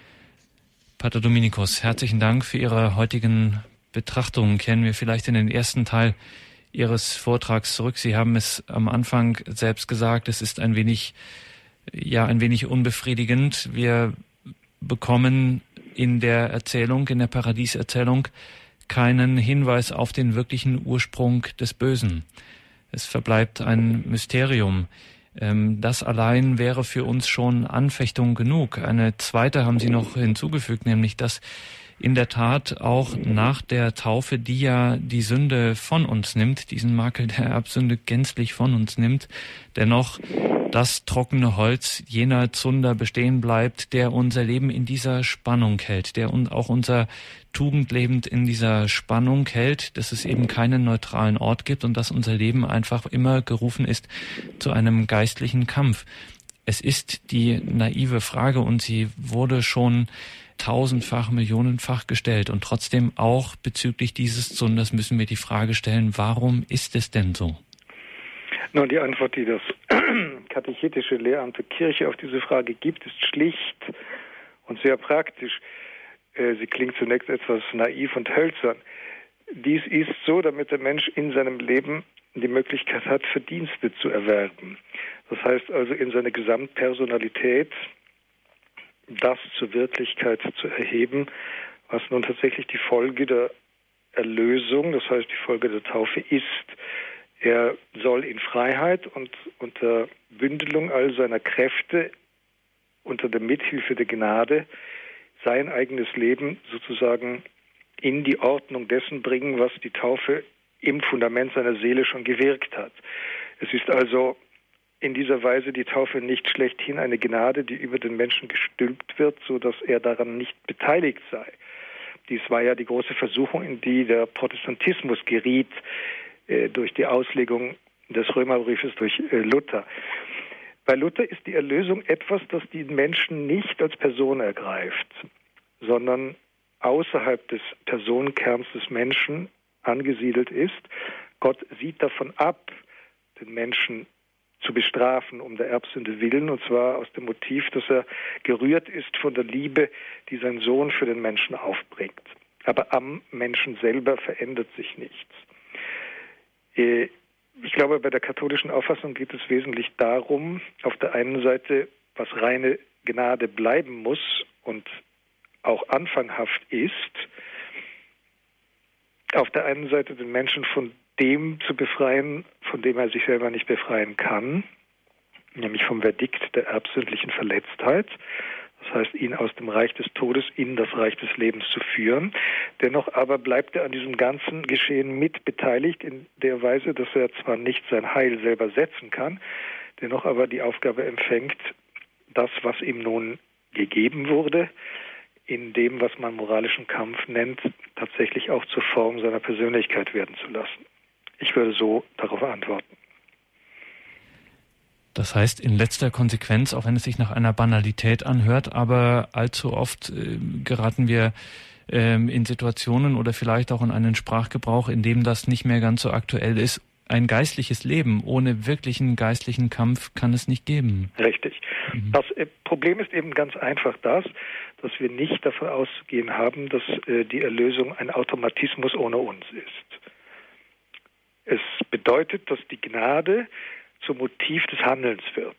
Pater Dominikus, herzlichen Dank für Ihre heutigen Betrachtungen. Kehren wir vielleicht in den ersten Teil Ihres Vortrags zurück. Sie haben es am Anfang selbst gesagt, es ist ein wenig, ja, ein wenig unbefriedigend. Wir bekommen in der Erzählung, in der Paradieserzählung, keinen Hinweis auf den wirklichen Ursprung des Bösen. Es verbleibt ein Mysterium. Das allein wäre für uns schon Anfechtung genug. Eine zweite haben Sie noch hinzugefügt, nämlich dass in der Tat auch nach der Taufe, die ja die Sünde von uns nimmt, diesen Makel der Erbsünde gänzlich von uns nimmt, dennoch das trockene Holz jener Zunder bestehen bleibt, der unser Leben in dieser Spannung hält, der auch unser Tugendleben in dieser Spannung hält, dass es eben keinen neutralen Ort gibt und dass unser Leben einfach immer gerufen ist zu einem geistlichen Kampf. Es ist die naive Frage und sie wurde schon tausendfach, millionenfach gestellt. Und trotzdem auch bezüglich dieses Sunders müssen wir die Frage stellen, warum ist es denn so? Nun, die Antwort, die das katechetische Lehramt der Kirche auf diese Frage gibt, ist schlicht und sehr praktisch. Sie klingt zunächst etwas naiv und hölzern. Dies ist so, damit der Mensch in seinem Leben die Möglichkeit hat, Verdienste zu erwerben. Das heißt also in seiner Gesamtpersonalität das zur Wirklichkeit zu erheben, was nun tatsächlich die Folge der Erlösung, das heißt die Folge der Taufe ist. Er soll in Freiheit und unter Bündelung all seiner Kräfte, unter der Mithilfe der Gnade, sein eigenes Leben sozusagen in die Ordnung dessen bringen, was die Taufe im Fundament seiner Seele schon gewirkt hat. Es ist also in dieser Weise die Taufe nicht schlechthin eine Gnade, die über den Menschen gestülpt wird, so dass er daran nicht beteiligt sei. Dies war ja die große Versuchung, in die der Protestantismus geriet äh, durch die Auslegung des Römerbriefes durch äh, Luther. Bei Luther ist die Erlösung etwas, das die Menschen nicht als Person ergreift, sondern außerhalb des Personenkerns des Menschen angesiedelt ist. Gott sieht davon ab, den Menschen zu bestrafen um der Erbsünde willen, und zwar aus dem Motiv, dass er gerührt ist von der Liebe, die sein Sohn für den Menschen aufbringt. Aber am Menschen selber verändert sich nichts. Ich glaube, bei der katholischen Auffassung geht es wesentlich darum, auf der einen Seite, was reine Gnade bleiben muss und auch anfanghaft ist, auf der einen Seite den Menschen von dem zu befreien, von dem er sich selber nicht befreien kann, nämlich vom Verdikt der erbsündlichen Verletztheit. Das heißt, ihn aus dem Reich des Todes in das Reich des Lebens zu führen. Dennoch aber bleibt er an diesem ganzen Geschehen mit beteiligt, in der Weise, dass er zwar nicht sein Heil selber setzen kann, dennoch aber die Aufgabe empfängt, das, was ihm nun gegeben wurde, in dem, was man moralischen Kampf nennt, tatsächlich auch zur Form seiner Persönlichkeit werden zu lassen. Ich würde so darauf antworten. Das heißt, in letzter Konsequenz, auch wenn es sich nach einer Banalität anhört, aber allzu oft äh, geraten wir ähm, in Situationen oder vielleicht auch in einen Sprachgebrauch, in dem das nicht mehr ganz so aktuell ist. Ein geistliches Leben ohne wirklichen geistlichen Kampf kann es nicht geben. Richtig. Mhm. Das äh, Problem ist eben ganz einfach das, dass wir nicht davon ausgehen haben, dass äh, die Erlösung ein Automatismus ohne uns ist. Es bedeutet, dass die Gnade zum Motiv des Handelns wird.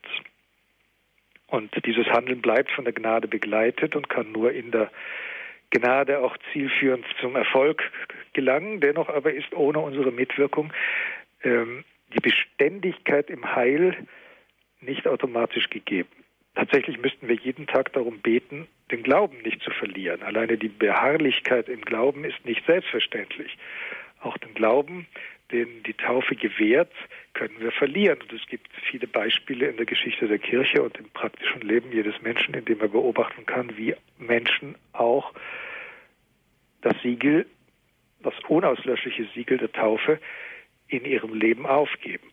Und dieses Handeln bleibt von der Gnade begleitet und kann nur in der Gnade auch zielführend zum Erfolg gelangen. Dennoch aber ist ohne unsere Mitwirkung ähm, die Beständigkeit im Heil nicht automatisch gegeben. Tatsächlich müssten wir jeden Tag darum beten, den Glauben nicht zu verlieren. Alleine die Beharrlichkeit im Glauben ist nicht selbstverständlich. Auch den Glauben, den die Taufe gewährt, können wir verlieren. Und es gibt viele Beispiele in der Geschichte der Kirche und im praktischen Leben jedes Menschen, in dem er beobachten kann, wie Menschen auch das Siegel, das unauslöschliche Siegel der Taufe in ihrem Leben aufgeben.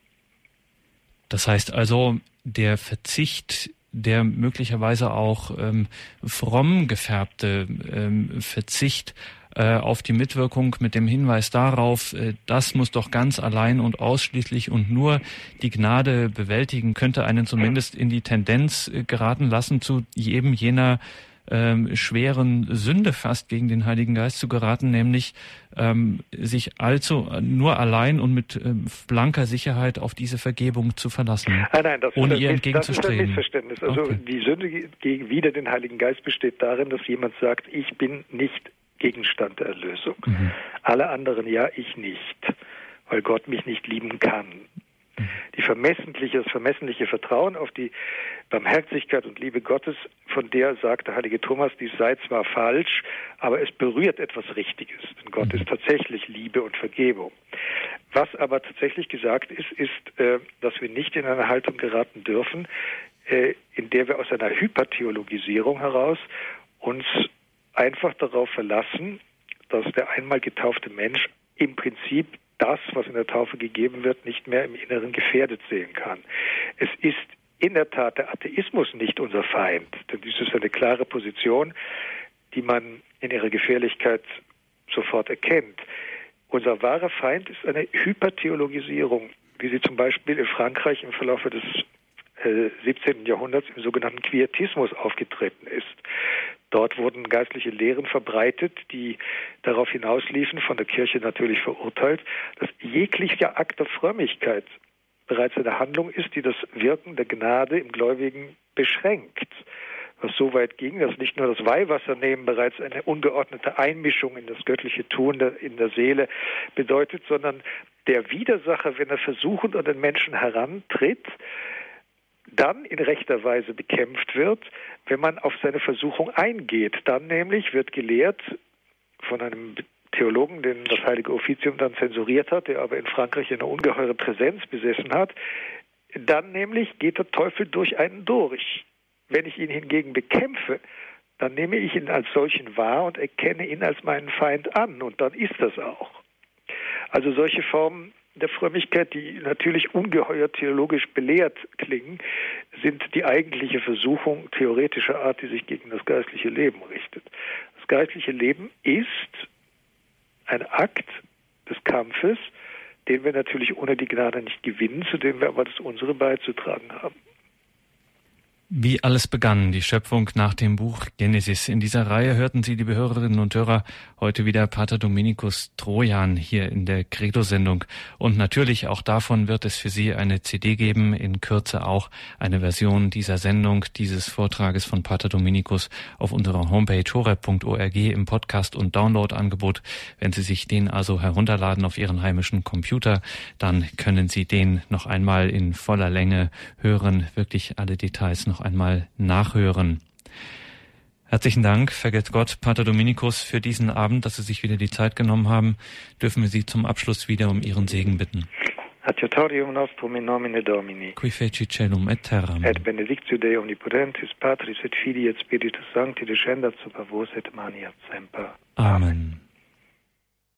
Das heißt also, der Verzicht, der möglicherweise auch ähm, fromm gefärbte ähm, Verzicht auf die Mitwirkung mit dem Hinweis darauf, das muss doch ganz allein und ausschließlich und nur die Gnade bewältigen, könnte einen zumindest in die Tendenz geraten lassen, zu eben jener ähm, schweren Sünde fast gegen den Heiligen Geist zu geraten, nämlich ähm, sich allzu nur allein und mit ähm, blanker Sicherheit auf diese Vergebung zu verlassen, nein, nein, das ohne ist ihr ein, entgegenzustreben. Das ist ein Missverständnis. Also okay. Die Sünde gegen wider den Heiligen Geist besteht darin, dass jemand sagt, ich bin nicht Gegenstand der Erlösung. Mhm. Alle anderen ja, ich nicht, weil Gott mich nicht lieben kann. Mhm. Die vermessentliche, das vermessentliche Vertrauen auf die Barmherzigkeit und Liebe Gottes, von der sagt der heilige Thomas, dies sei zwar falsch, aber es berührt etwas Richtiges. Denn Gott mhm. ist tatsächlich Liebe und Vergebung. Was aber tatsächlich gesagt ist, ist, äh, dass wir nicht in eine Haltung geraten dürfen, äh, in der wir aus einer Hypertheologisierung heraus uns einfach darauf verlassen, dass der einmal getaufte Mensch im Prinzip das, was in der Taufe gegeben wird, nicht mehr im Inneren gefährdet sehen kann. Es ist in der Tat der Atheismus nicht unser Feind, denn dies ist eine klare Position, die man in ihrer Gefährlichkeit sofort erkennt. Unser wahrer Feind ist eine Hypertheologisierung, wie sie zum Beispiel in Frankreich im Verlauf des äh, siebzehnten Jahrhunderts im sogenannten Quietismus aufgetreten ist. Dort wurden geistliche Lehren verbreitet, die darauf hinausliefen, von der Kirche natürlich verurteilt, dass jeglicher Akt der Frömmigkeit bereits eine Handlung ist, die das Wirken der Gnade im Gläubigen beschränkt. Was so weit ging, dass nicht nur das Weihwassernehmen bereits eine ungeordnete Einmischung in das göttliche Tun in der Seele bedeutet, sondern der Widersacher, wenn er versuchend an den Menschen herantritt, dann in rechter Weise bekämpft wird, wenn man auf seine Versuchung eingeht. Dann nämlich wird gelehrt von einem Theologen, den das Heilige Offizium dann zensuriert hat, der aber in Frankreich eine ungeheure Präsenz besessen hat, dann nämlich geht der Teufel durch einen durch. Wenn ich ihn hingegen bekämpfe, dann nehme ich ihn als solchen wahr und erkenne ihn als meinen Feind an, und dann ist das auch. Also solche Formen der Frömmigkeit, die natürlich ungeheuer theologisch belehrt klingen, sind die eigentliche Versuchung theoretischer Art, die sich gegen das geistliche Leben richtet. Das geistliche Leben ist ein Akt des Kampfes, den wir natürlich ohne die Gnade nicht gewinnen, zu dem wir aber das unsere beizutragen haben. Wie alles begann, die Schöpfung nach dem Buch Genesis. In dieser Reihe hörten Sie, liebe Hörerinnen und Hörer, heute wieder Pater Dominikus Trojan hier in der Credo-Sendung. Und natürlich auch davon wird es für Sie eine C D geben, in Kürze auch eine Version dieser Sendung, dieses Vortrages von Pater Dominikus auf unserer Homepage horeb punkt org im Podcast- und Download-Angebot. Wenn Sie sich den also herunterladen auf Ihren heimischen Computer, dann können Sie den noch einmal in voller Länge hören, wirklich alle Details noch einmal nachhören. Herzlichen Dank, vergelt's Gott, Pater Dominikus, für diesen Abend, dass Sie sich wieder die Zeit genommen haben. Dürfen wir Sie zum Abschluss wieder um Ihren Segen bitten. Adiutorium nostrum in nomine Domini. Qui feci celum et terram. Et benedictio Dei omnipotentis, Patris et Filii et Spiritus Sancti, descendat super vos et maniat semper. Amen.